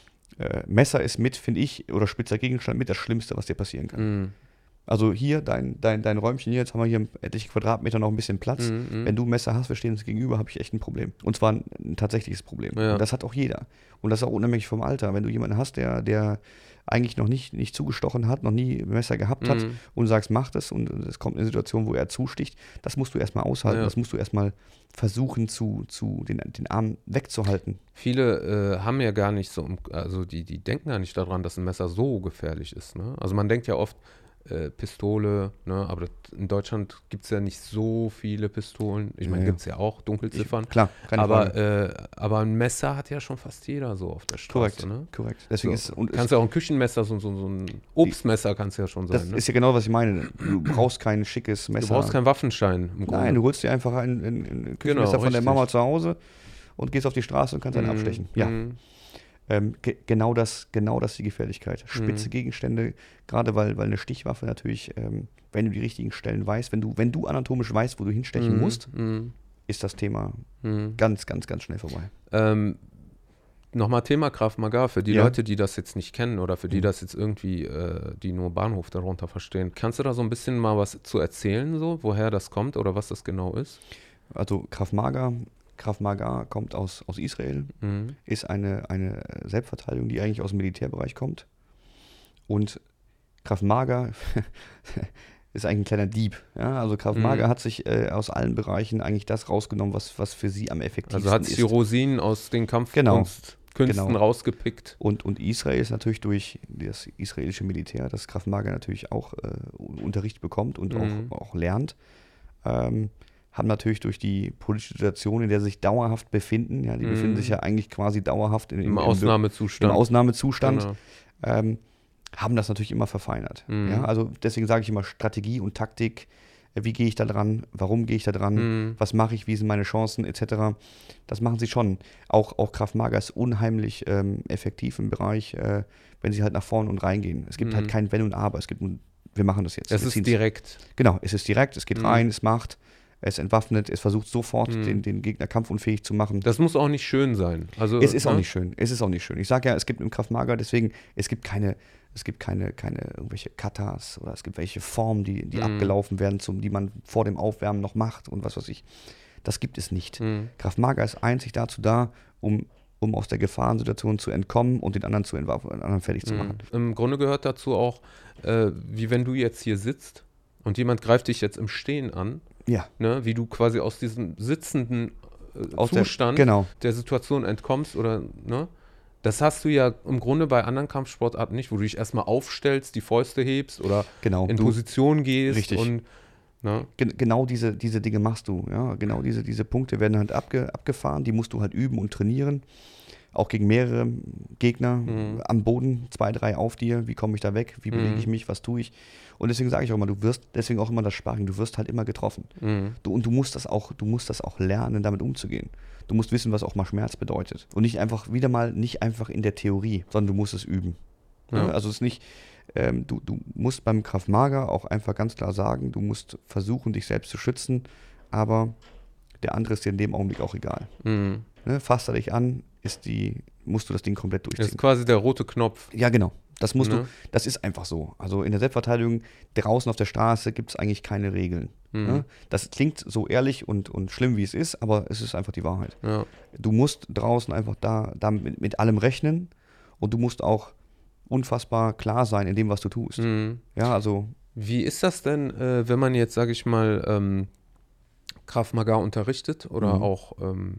Äh, Messer ist mit, finde ich, oder spitzer Gegenstand mit das Schlimmste, was dir passieren kann. Mhm. Also hier, dein, dein, dein Räumchen hier, jetzt haben wir hier etliche Quadratmeter noch ein bisschen Platz. Mhm, mhm. Wenn du ein Messer hast, wir stehen uns gegenüber, habe ich echt ein Problem. Und zwar ein, ein tatsächliches Problem. Ja. Und das hat auch jeder. Und das ist auch unabhängig vom Alter. Wenn du jemanden hast, der, der eigentlich noch nicht, nicht zugestochen hat, noch nie ein Messer gehabt hat Mhm. und sagst, mach das und es kommt eine Situation, wo er zusticht, das musst du erstmal aushalten. Ja. Das musst du erstmal versuchen, zu, zu den, den Arm wegzuhalten. Viele äh, haben ja gar nicht so, im- also die, die denken ja nicht daran, dass ein Messer so gefährlich ist. Ne? Also man denkt ja oft, äh, Pistole, ne? Aber das, in Deutschland gibt es ja nicht so viele Pistolen. Ich meine, Ja, ja. gibt es ja auch Dunkelziffern. Ich, klar, keine aber, Frage. äh, aber ein Messer hat ja schon fast jeder so auf der Straße. Korrekt, Ne? korrekt. Deswegen So. ist, und Kannst ja auch ein Küchenmesser, so, so, so ein Obstmesser kannst ja schon sein. das Ne? ist ja genau, was ich meine. Du brauchst kein schickes Messer. Du brauchst keinen Waffenschein im Grunde. Nein, du holst dir einfach ein, ein, ein Küchenmesser von der richtig. Mama zu Hause und gehst auf die Straße und kannst einen Mhm, abstechen. Ja, mhm. ähm, ge genau das, genau das ist die Gefährlichkeit. Spitze Mhm. Gegenstände, gerade weil, weil eine Stichwaffe natürlich, ähm, wenn du die richtigen Stellen weißt, wenn du, wenn du anatomisch weißt, wo du hinstechen Mhm, musst, mhm, ist das Thema mhm. ganz, ganz, ganz schnell vorbei. Ähm, Nochmal Thema Krav Maga, für die Ja. Leute, die das jetzt nicht kennen oder für die Mhm. das jetzt irgendwie, äh, die nur Bahnhof darunter verstehen. Kannst du da so ein bisschen mal was zu erzählen, so, woher das kommt oder was das genau ist? Also Krav Maga, Krav Maga kommt aus, aus Israel, Mhm. ist eine, eine Selbstverteidigung, die eigentlich aus dem Militärbereich kommt. Und Krav Maga ist eigentlich ein kleiner Dieb. Ja? Also Krav Mhm. Maga hat sich äh, aus allen Bereichen eigentlich das rausgenommen, was, was für sie am effektivsten Also hat ist. die Rosinen aus den Genau. Kampfkünsten Genau. rausgepickt. Und, und Israel ist natürlich durch das israelische Militär, das Krav Maga natürlich auch äh, Unterricht bekommt und Mhm. auch, auch lernt, ähm, haben natürlich durch die politische Situation, in der sie sich dauerhaft befinden, ja, die Mhm. befinden sich ja eigentlich quasi dauerhaft in, Im, im, Ausnahmezustand. im Ausnahmezustand, Genau. ähm, haben das natürlich immer verfeinert. Mhm. Ja, also deswegen sage ich immer Strategie und Taktik. äh, Wie gehe ich da dran? Warum gehe ich da dran? Mhm. Was mache ich? Wie sind meine Chancen? Etc. Das machen sie schon. Auch, auch Krav Maga ist unheimlich ähm, effektiv im Bereich, äh, wenn sie halt nach vorne und reingehen. Es gibt Mhm. halt kein Wenn und Aber. Es gibt nur, wir machen das jetzt. Es Wir ist ziehen's. direkt. Genau, es ist direkt, es geht Mhm. rein, es macht, es entwaffnet, es versucht sofort, Mhm. den, den Gegner kampfunfähig zu machen. Das muss auch nicht schön sein. Also, Es ist auch ne? nicht schön. Es ist auch nicht schön. Ich sage ja, es gibt im Krav Maga, deswegen, es gibt keine, es gibt keine, keine irgendwelche Katas oder es gibt welche Formen, die, die Mhm. abgelaufen werden, zum, die man vor dem Aufwärmen noch macht und was weiß ich. Das gibt es nicht. Mhm. Krav Maga ist einzig dazu da, um um aus der Gefahrensituation zu entkommen und den anderen zu entwaffnen, den anderen fertig zu machen. Mhm. Im Grunde gehört dazu auch, äh, wie wenn du jetzt hier sitzt und jemand greift dich jetzt im Stehen an, Ja. ne, wie du quasi aus diesem sitzenden äh, Aus der- Zustand genau. der Situation entkommst oder, ne? Das hast du ja im Grunde bei anderen Kampfsportarten nicht, wo du dich erstmal aufstellst, die Fäuste hebst oder Genau. in Du, Position gehst richtig. und, ne? Gen- genau diese, diese Dinge machst du. Ja? Genau diese, diese Punkte werden halt abge, abgefahren, die musst du halt üben und trainieren. Auch gegen mehrere Gegner Mhm. am Boden, zwei, drei auf dir. Wie komme ich da weg? Wie bewege Mhm. ich mich? Was tue ich? Und deswegen sage ich auch immer, du wirst, deswegen auch immer das Sparring, du wirst halt immer getroffen. Mhm. Du, und du musst das auch, du musst das auch lernen, damit umzugehen. Du musst wissen, was auch mal Schmerz bedeutet. Und nicht einfach, wieder mal, nicht einfach in der Theorie, sondern du musst es üben. Ja. Also es ist nicht, ähm, du, du musst beim Krav Maga auch einfach ganz klar sagen, du musst versuchen, dich selbst zu schützen, aber der andere ist dir in dem Augenblick auch egal. Mhm. Ne? Fasst er dich an, ist die, musst du das Ding komplett Das ist durchziehen. quasi der rote Knopf. Ja, genau. Das musst Ne? du, das ist einfach so. Also in der Selbstverteidigung draußen auf der Straße gibt es eigentlich keine Regeln. Mhm. Ne? Das klingt so ehrlich und, und schlimm, wie es ist, aber es ist einfach die Wahrheit. Ja. Du musst draußen einfach da, da mit, mit allem rechnen und du musst auch unfassbar klar sein in dem, was du tust. Mhm. Ja, also Wie ist das denn, äh, wenn man jetzt, sage ich mal, ähm, Krav Maga unterrichtet oder Mhm. auch ähm,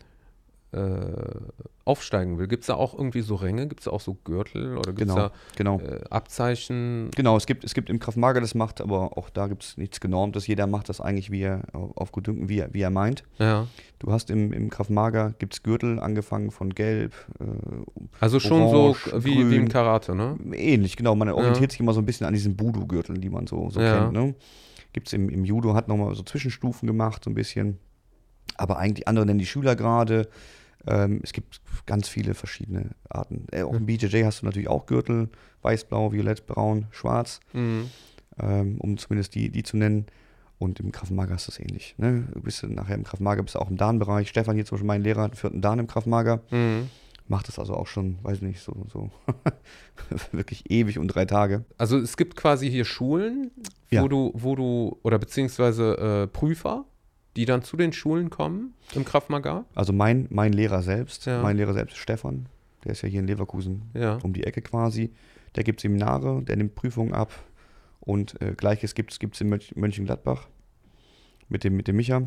äh, aufsteigen will? Gibt es da auch irgendwie so Ränge? Gibt es da auch so Gürtel oder gibt es genau, genau. da äh, Abzeichen? Genau, es gibt, es gibt im Krav Maga, das macht, aber auch da gibt es nichts Genormtes. Jeder macht das eigentlich, wie er, auf gut Dünken, wie er, wie er meint. Ja, Du hast im, im Krav Maga, gibt es Gürtel, angefangen von gelb, äh, also schon Orange, so wie, wie im grün. Karate, ne? ähnlich, genau. Man orientiert sich immer so ein bisschen an diesen Budo-Gürteln, die man so, so Ja. kennt. Ne? Gibt es im, im Judo, hat nochmal so Zwischenstufen gemacht, so ein bisschen. Aber eigentlich andere nennen die Schülergrade. Ähm, es gibt ganz viele verschiedene Arten. Äh, auch im B J J hast du natürlich auch Gürtel, weiß, blau, violett, braun, schwarz, Mhm. ähm, um zumindest die, die zu nennen. Und im Krav Maga ist das ähnlich. Ne? Du bist nachher im Krav Maga, bist du auch im Dan-Bereich. Stefan hier zum Beispiel, mein Lehrer, hat einen vierten Dan im Krav Maga. Mhm. Macht das also auch schon, weiß nicht, so, so wirklich ewig und drei Tage. Also es gibt quasi hier Schulen, wo Ja. du, wo du, oder beziehungsweise äh, Prüfer, die dann zu den Schulen kommen im Krav Maga. Also mein, mein Lehrer selbst, Ja. mein Lehrer selbst ist Stefan, der ist ja hier in Leverkusen Ja. um die Ecke quasi. Der gibt Seminare, der nimmt Prüfungen ab und äh, Gleiches gibt es in Mönch Mönchengladbach mit dem, mit dem Micha,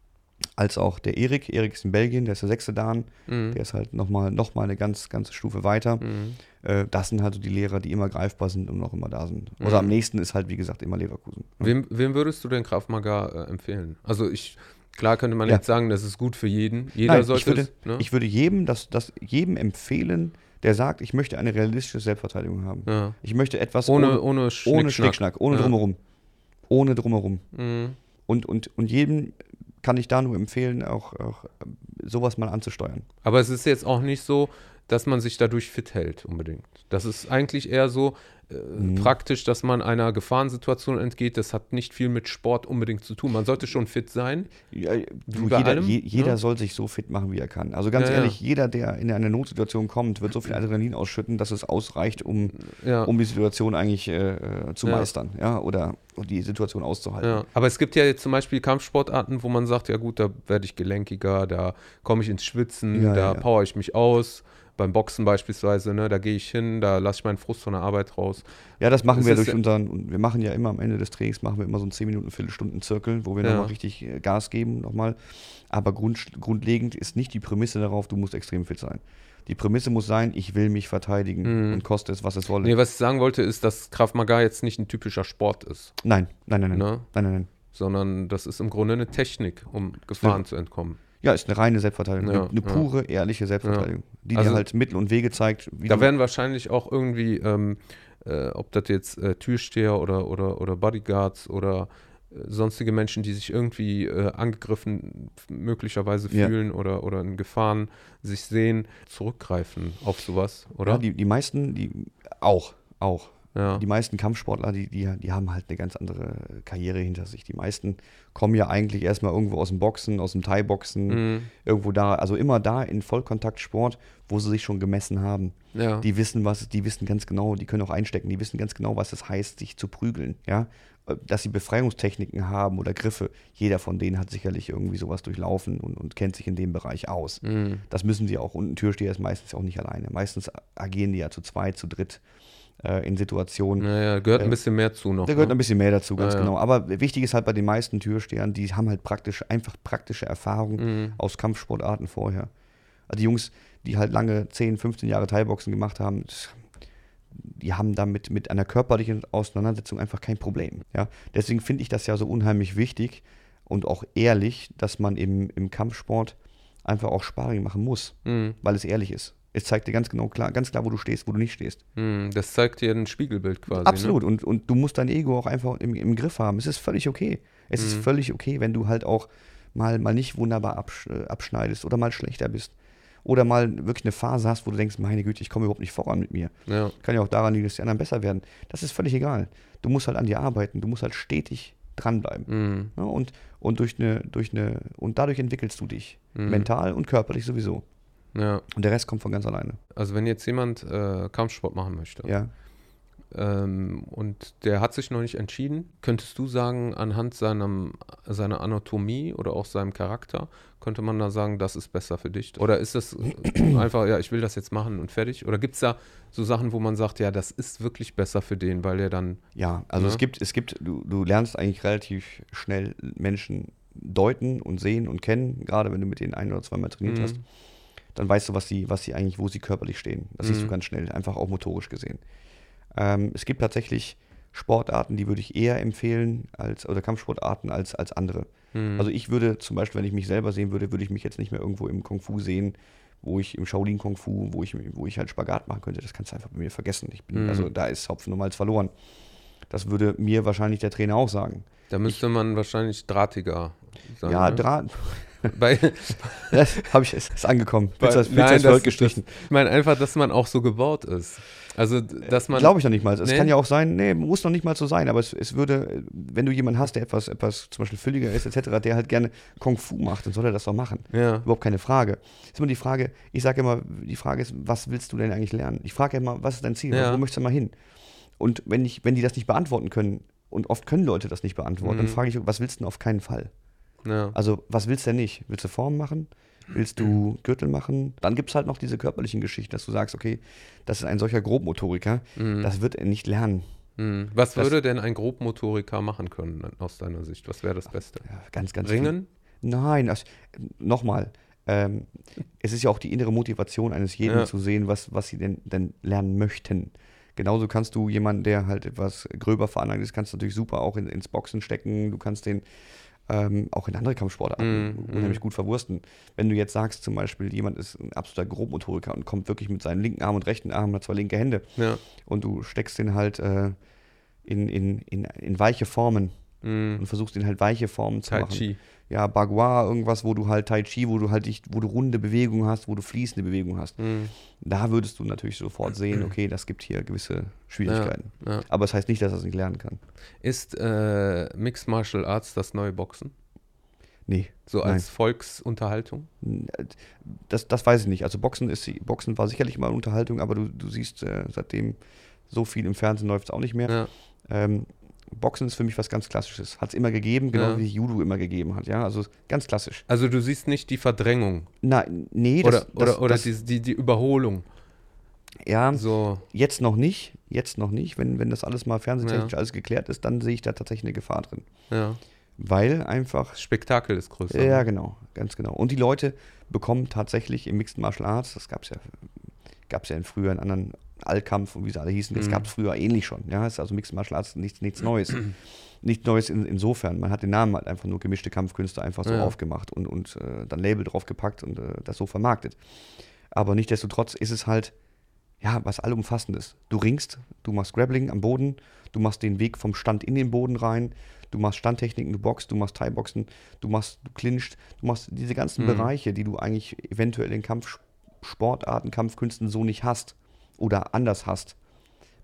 als auch der Erik. Erik ist in Belgien, der ist der sechste Dan, Mhm. der ist halt nochmal noch mal eine ganz, ganze Stufe weiter. Mhm. Äh, das sind halt so die Lehrer, die immer greifbar sind und noch immer da sind. Also Mhm. am nächsten ist halt, wie gesagt, immer Leverkusen. Wem, wem würdest du denn Krav Maga äh, empfehlen? Also ich, klar könnte man Ja. jetzt sagen, das ist gut für jeden. Jeder Nein, sollte ich würde, es, ne? ich würde jedem, das, das jedem empfehlen, der sagt, ich möchte eine realistische Selbstverteidigung haben. ja. Ich möchte etwas Ohne, ohne, ohne Schnickschnack. ohne Schnickschnack, ohne Ja. drumherum. Ohne drumherum. Mhm. Und, und, und jedem kann ich da nur empfehlen, auch, auch ähm, sowas mal anzusteuern. Aber es ist jetzt auch nicht so, dass man sich dadurch fit hält unbedingt. Das ist eigentlich eher so äh, Mhm. praktisch, dass man einer Gefahrensituation entgeht. Das hat nicht viel mit Sport unbedingt zu tun. Man sollte schon fit sein. Ja, du, bei jeder allem, je, jeder ne? soll sich so fit machen, wie er kann. Also ganz Ja, ja. ehrlich, jeder, der in eine Notsituation kommt, wird so viel Adrenalin ausschütten, dass es ausreicht, um, Ja. um die Situation eigentlich äh, zu Ja. meistern, ja, oder die Situation auszuhalten. Ja, aber es gibt ja jetzt zum Beispiel Kampfsportarten, wo man sagt, ja gut, da werde ich gelenkiger, da komme ich ins Schwitzen, Ja, da ja, ja. power ich mich aus. Beim Boxen beispielsweise, ne, da gehe ich hin, da lasse ich meinen Frust von der Arbeit raus. Ja, das machen Es wir ist durch ja- unseren, und wir machen ja immer am Ende des Trainings, machen wir immer so einen zehn Minuten, Viertelstunden Zirkel, wo wir Ja. nochmal richtig äh, Gas geben, nochmal. Aber grund, grundlegend ist nicht die Prämisse darauf, du musst extrem fit sein. Die Prämisse muss sein, ich will mich verteidigen Mhm. und koste es, was es wolle. Nee, was ich sagen wollte, ist, dass Krav Maga jetzt nicht ein typischer Sport ist, Nein, nein, nein, nein, Ne? nein, nein, nein. sondern das ist im Grunde eine Technik, um Gefahren zu entkommen. Ja, ist eine reine Selbstverteidigung, Ja, eine, eine ja. pure, ehrliche Selbstverteidigung, die Also- dir halt Mittel und Wege zeigt, wie Da du, werden wahrscheinlich auch irgendwie, ähm, äh, ob das jetzt äh, Türsteher oder, oder, oder Bodyguards oder äh, sonstige Menschen, die sich irgendwie äh, angegriffen f- möglicherweise Ja. fühlen oder, oder in Gefahren sich sehen, zurückgreifen auf sowas, oder? ja, die, die meisten, die auch, auch. Ja. Die meisten Kampfsportler, die, die, die haben halt eine ganz andere Karriere hinter sich. Die meisten kommen ja eigentlich erstmal irgendwo aus dem Boxen, aus dem Thai-Boxen, Mhm. irgendwo da, also immer da in Vollkontaktsport, wo sie sich schon gemessen haben. Ja. Die wissen, was, die wissen ganz genau, die können auch einstecken, die wissen ganz genau, was es heißt, sich zu prügeln, ja. Dass sie Befreiungstechniken haben oder Griffe. Jeder von denen hat sicherlich irgendwie sowas durchlaufen und, und kennt sich in dem Bereich aus. Mhm. Das müssen sie auch. Und ein Türsteher ist meistens auch nicht alleine. Meistens agieren die ja zu zweit, zu dritt äh, in Situationen. Naja, gehört ein Äh, bisschen mehr zu noch. Da gehört ne? ein bisschen mehr dazu, ganz Ja, ja. genau. Aber wichtig ist halt bei den meisten Türstehern, die haben halt praktisch, einfach praktische Erfahrung Mhm. aus Kampfsportarten vorher. Also die Jungs, die halt lange zehn, fünfzehn Jahre Thai-Boxen gemacht haben, das, die haben damit mit einer körperlichen Auseinandersetzung einfach kein Problem. Ja? Deswegen finde ich das ja so unheimlich wichtig und auch ehrlich, dass man im, im Kampfsport einfach auch Sparring machen muss, Mhm. weil es ehrlich ist. Es zeigt dir ganz genau klar, ganz klar, wo du stehst, wo du nicht stehst. Mhm. Das zeigt dir ein Spiegelbild quasi. Absolut. Ne? Und, und du musst dein Ego auch einfach im, im Griff haben. Es ist völlig okay. Es ist Mhm. völlig okay, wenn du halt auch mal, mal nicht wunderbar absch äh, abschneidest oder mal schlechter bist. Oder mal wirklich eine Phase hast, wo du denkst, meine Güte, ich komme überhaupt nicht voran mit mir. Ja. Kann ja auch daran liegen, dass die anderen besser werden. Das ist völlig egal. Du musst halt an dir arbeiten. Du musst halt stetig dranbleiben. Mhm. Ja, und, und, durch eine, durch eine, und dadurch entwickelst du dich. Mhm. Mental und körperlich sowieso. Ja. Und der Rest kommt von ganz alleine. Also wenn jetzt jemand äh, Kampfsport machen möchte Ja. ähm, und der hat sich noch nicht entschieden, könntest du sagen, anhand seinem, seiner Anatomie oder auch seinem Charakter, könnte man da sagen, das ist besser für dich? Oder ist das einfach, ja, ich will das jetzt machen und fertig? Oder gibt es da so Sachen, wo man sagt, ja, das ist wirklich besser für den, weil der dann, Ja, also Ja. es gibt, es gibt, du, du lernst eigentlich relativ schnell Menschen deuten und sehen und kennen, gerade wenn du mit denen ein oder zweimal trainiert Mhm. hast, dann weißt du, was sie, was sie eigentlich, wo sie körperlich stehen. Das siehst Mhm. du ganz schnell, einfach auch motorisch gesehen. Ähm, es gibt tatsächlich Sportarten, die würde ich eher empfehlen als, oder Kampfsportarten als, als andere. Mhm. Also ich würde zum Beispiel, wenn ich mich selber sehen würde, würde ich mich jetzt nicht mehr irgendwo im Kung Fu sehen, wo ich im Shaolin Kung Fu, wo ich, wo ich halt Spagat machen könnte. Das kannst du einfach bei mir vergessen. Ich bin, Mhm. also da ist Hopfen und Malz verloren. Das würde mir wahrscheinlich der Trainer auch sagen. da müsste man wahrscheinlich drahtiger sein. Ja, ne? Draht, Bei, das habe ich, ist, ist angekommen. Bei- Willst du das, willst du Nein, das das- Wort gestrichen? ich meine einfach, dass man auch so gebaut ist. Also, dass man. Glaube ich noch nicht mal. Es Nee? kann ja auch sein, nee, muss noch nicht mal so sein, aber es, es würde, wenn du jemanden hast, der etwas, etwas zum Beispiel fülliger ist, et cetera, der halt gerne Kung Fu macht, dann soll er das doch machen. Ja. Überhaupt keine Frage. Ist immer die Frage, ich sage immer, die Frage ist, was willst du denn eigentlich lernen? Ich frage immer, was ist dein Ziel? Ja. Wo möchtest du mal hin? Und wenn, ich, wenn die das nicht beantworten können, und oft können Leute das nicht beantworten, Mhm. dann frage ich, was willst du denn auf keinen Fall? Ja. Also, was willst du denn nicht? Willst du Formen machen? Willst du Gürtel machen? Dann gibt es halt noch diese körperlichen Geschichten, dass du sagst, okay, das ist ein solcher Grobmotoriker, Mhm. das wird er nicht lernen. Mhm. Was das- würde denn ein Grobmotoriker machen können, aus deiner Sicht? Was wäre das Beste? Ja, ganz, ganz Ringen? Viel. Nein, das, nochmal. Ähm, es ist ja auch die innere Motivation eines jeden Ja. zu sehen, was, was sie denn, denn lernen möchten. Genauso kannst du jemanden, der halt etwas gröber veranlagt ist, kannst du natürlich super auch in, ins Boxen stecken. Du kannst den ähm, auch in andere Kampfsportarten Mm, unheimlich mm. gut verwursten. Wenn du jetzt sagst, zum Beispiel, jemand ist ein absoluter Grobmotoriker und kommt wirklich mit seinem linken Arm und rechten Arm, hat zwei linke Hände Ja. und du steckst den halt äh, in, in, in, in weiche Formen Mhm. und versuchst den halt weiche Formen zu Tai machen. Chi. Ja, Bagua, irgendwas, wo du halt Tai Chi, wo du halt dich, wo du runde Bewegungen hast, wo du fließende Bewegungen hast. Mhm. Da würdest du natürlich sofort sehen, okay, das gibt hier gewisse Schwierigkeiten. Ja. Aber es heißt nicht, dass er es nicht lernen kann. Ist äh, Mixed Martial Arts das neue Boxen? Nee. So Nein. als Volksunterhaltung? Das, das weiß ich nicht. Also Boxen ist Boxen war sicherlich mal Unterhaltung, aber du, du siehst, äh, seitdem so viel im Fernsehen läuft es auch nicht mehr. Ja. Ähm, Boxen ist für mich was ganz Klassisches. Hat es immer gegeben, genau Ja. wie Judo immer gegeben hat. Ja, also ganz klassisch. Also du siehst nicht die Verdrängung Na, nee, das, oder, das, oder, oder das, die, die, die Überholung. ja, So, jetzt noch nicht. Jetzt noch nicht. Wenn, wenn das alles mal fernsehtechnisch alles geklärt ist, dann sehe ich da tatsächlich eine Gefahr drin. ja. Weil einfach Das Spektakel ist größer. Ja, ne? genau, ganz genau. Und die Leute bekommen tatsächlich im Mixed Martial Arts, das gab es ja, gab's ja in früher in anderen Allkampf und wie sie alle hießen, das Mhm. gab es früher ähnlich schon. Ja, ist also Mixed Martial Arts nichts, nichts Neues. Nichts Neues in, insofern. Man hat den Namen halt einfach nur gemischte Kampfkünste einfach so Ja. aufgemacht und, und äh, dann Label draufgepackt und äh, das so vermarktet. Aber nichtsdestotrotz ist es halt, ja, was allumfassendes. Du ringst, du machst Grappling am Boden, du machst den Weg vom Stand in den Boden rein, du machst Standtechniken, du boxst, du machst Thai-Boxen, du machst, du clinchst, du machst diese ganzen Mhm. Bereiche, die du eigentlich eventuell in Kampfsportarten, Kampfkünsten so nicht hast oder anders hast,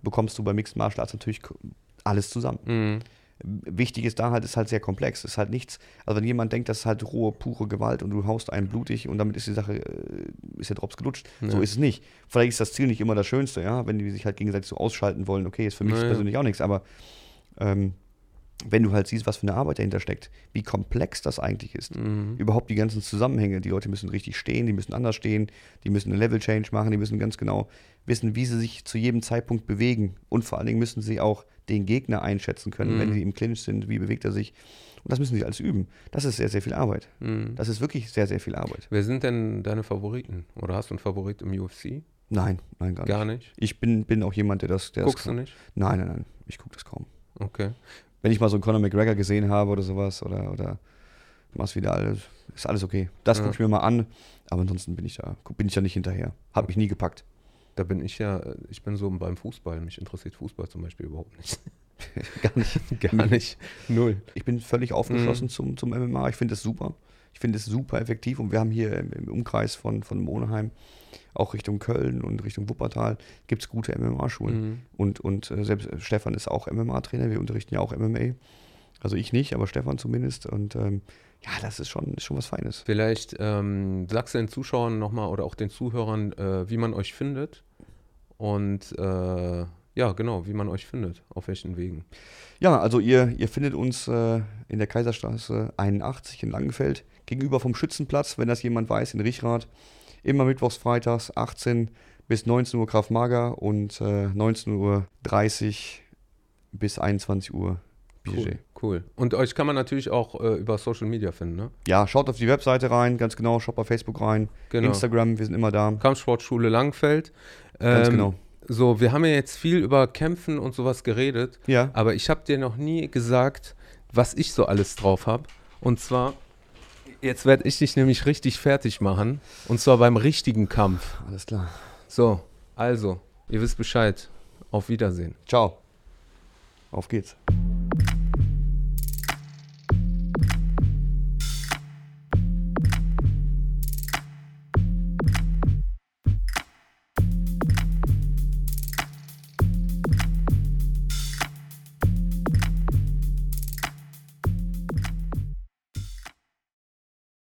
bekommst du bei Mixed Martial Arts natürlich alles zusammen. Mhm. Wichtig ist da halt, ist halt sehr komplex. Ist halt nichts, also wenn jemand denkt, das ist halt rohe, pure Gewalt und du haust einen blutig und damit ist die Sache, äh, ist der Drops gelutscht. Ja. So ist es nicht. Vielleicht ist das Ziel nicht immer das Schönste, ja, wenn die sich halt gegenseitig so ausschalten wollen, okay, ist für mich Naja. persönlich auch nichts, aber ähm, wenn du halt siehst, was für eine Arbeit dahinter steckt, wie komplex das eigentlich ist, Mhm. überhaupt die ganzen Zusammenhänge, die Leute müssen richtig stehen, die müssen anders stehen, die müssen eine Level-Change machen, die müssen ganz genau wissen, wie sie sich zu jedem Zeitpunkt bewegen und vor allen Dingen müssen sie auch den Gegner einschätzen können, Mhm. wenn sie im Clinch sind, wie bewegt er sich und das müssen sie alles üben. Das ist sehr, sehr viel Arbeit. Mhm. Das ist wirklich sehr, sehr viel Arbeit. Wer sind denn deine Favoriten? Oder hast du einen Favorit im U F C? Nein, nein, gar nicht. Gar nicht? Ich bin, bin auch jemand, der das... Der Guckst das du kaum- nicht? Nein, nein, nein, ich gucke das kaum. Okay. Wenn ich mal so einen Conor McGregor gesehen habe oder sowas oder, oder Masvidal, ist alles okay. Das Ja. gucke ich mir mal an, aber ansonsten bin ich da, bin ich da nicht hinterher. Hat mich nie gepackt. Da bin ich ja, ich bin so beim Fußball. Mich interessiert Fußball zum Beispiel überhaupt nicht. Gar nicht. Gar nicht. Null. Ich bin völlig aufgeschlossen Mhm. zum, zum M M A. Ich finde es super. Ich finde es super effektiv und wir haben hier im, im Umkreis von, von Monheim, auch Richtung Köln und Richtung Wuppertal, gibt es gute M M A-Schulen. Mhm. Und, und äh, selbst äh, Stefan ist auch M M A-Trainer, wir unterrichten ja auch M M A. Also ich nicht, aber Stefan zumindest. Und ähm, ja, das ist schon, ist schon was Feines. Vielleicht ähm, sagst du den Zuschauern nochmal oder auch den Zuhörern, äh, wie man euch findet. Und äh, ja, genau, wie man euch findet, auf welchen Wegen. Ja, also ihr, ihr findet uns äh, in der Kaiserstraße einundachtzig in Langenfeld, gegenüber vom Schützenplatz, wenn das jemand weiß, in Richrath. Immer mittwochs, freitags, achtzehn bis neunzehn Uhr Krav Maga und äh, neunzehn Uhr dreißig bis einundzwanzig Uhr B J J. Cool, cool. Und euch kann man natürlich auch äh, über Social Media finden, ne? Ja, schaut auf die Webseite rein, ganz genau, schaut bei Facebook rein, Genau. Instagram, wir sind immer da. Kampfsportschule Langfeld. Ganz Ähm, genau. So, wir haben ja jetzt viel über Kämpfen und sowas geredet, Ja, aber ich habe dir noch nie gesagt, was ich so alles drauf habe. Und zwar, jetzt werde ich dich nämlich richtig fertig machen. Und zwar beim richtigen Kampf. alles klar. So, also, ihr wisst Bescheid. Auf Wiedersehen. Ciao. Auf geht's.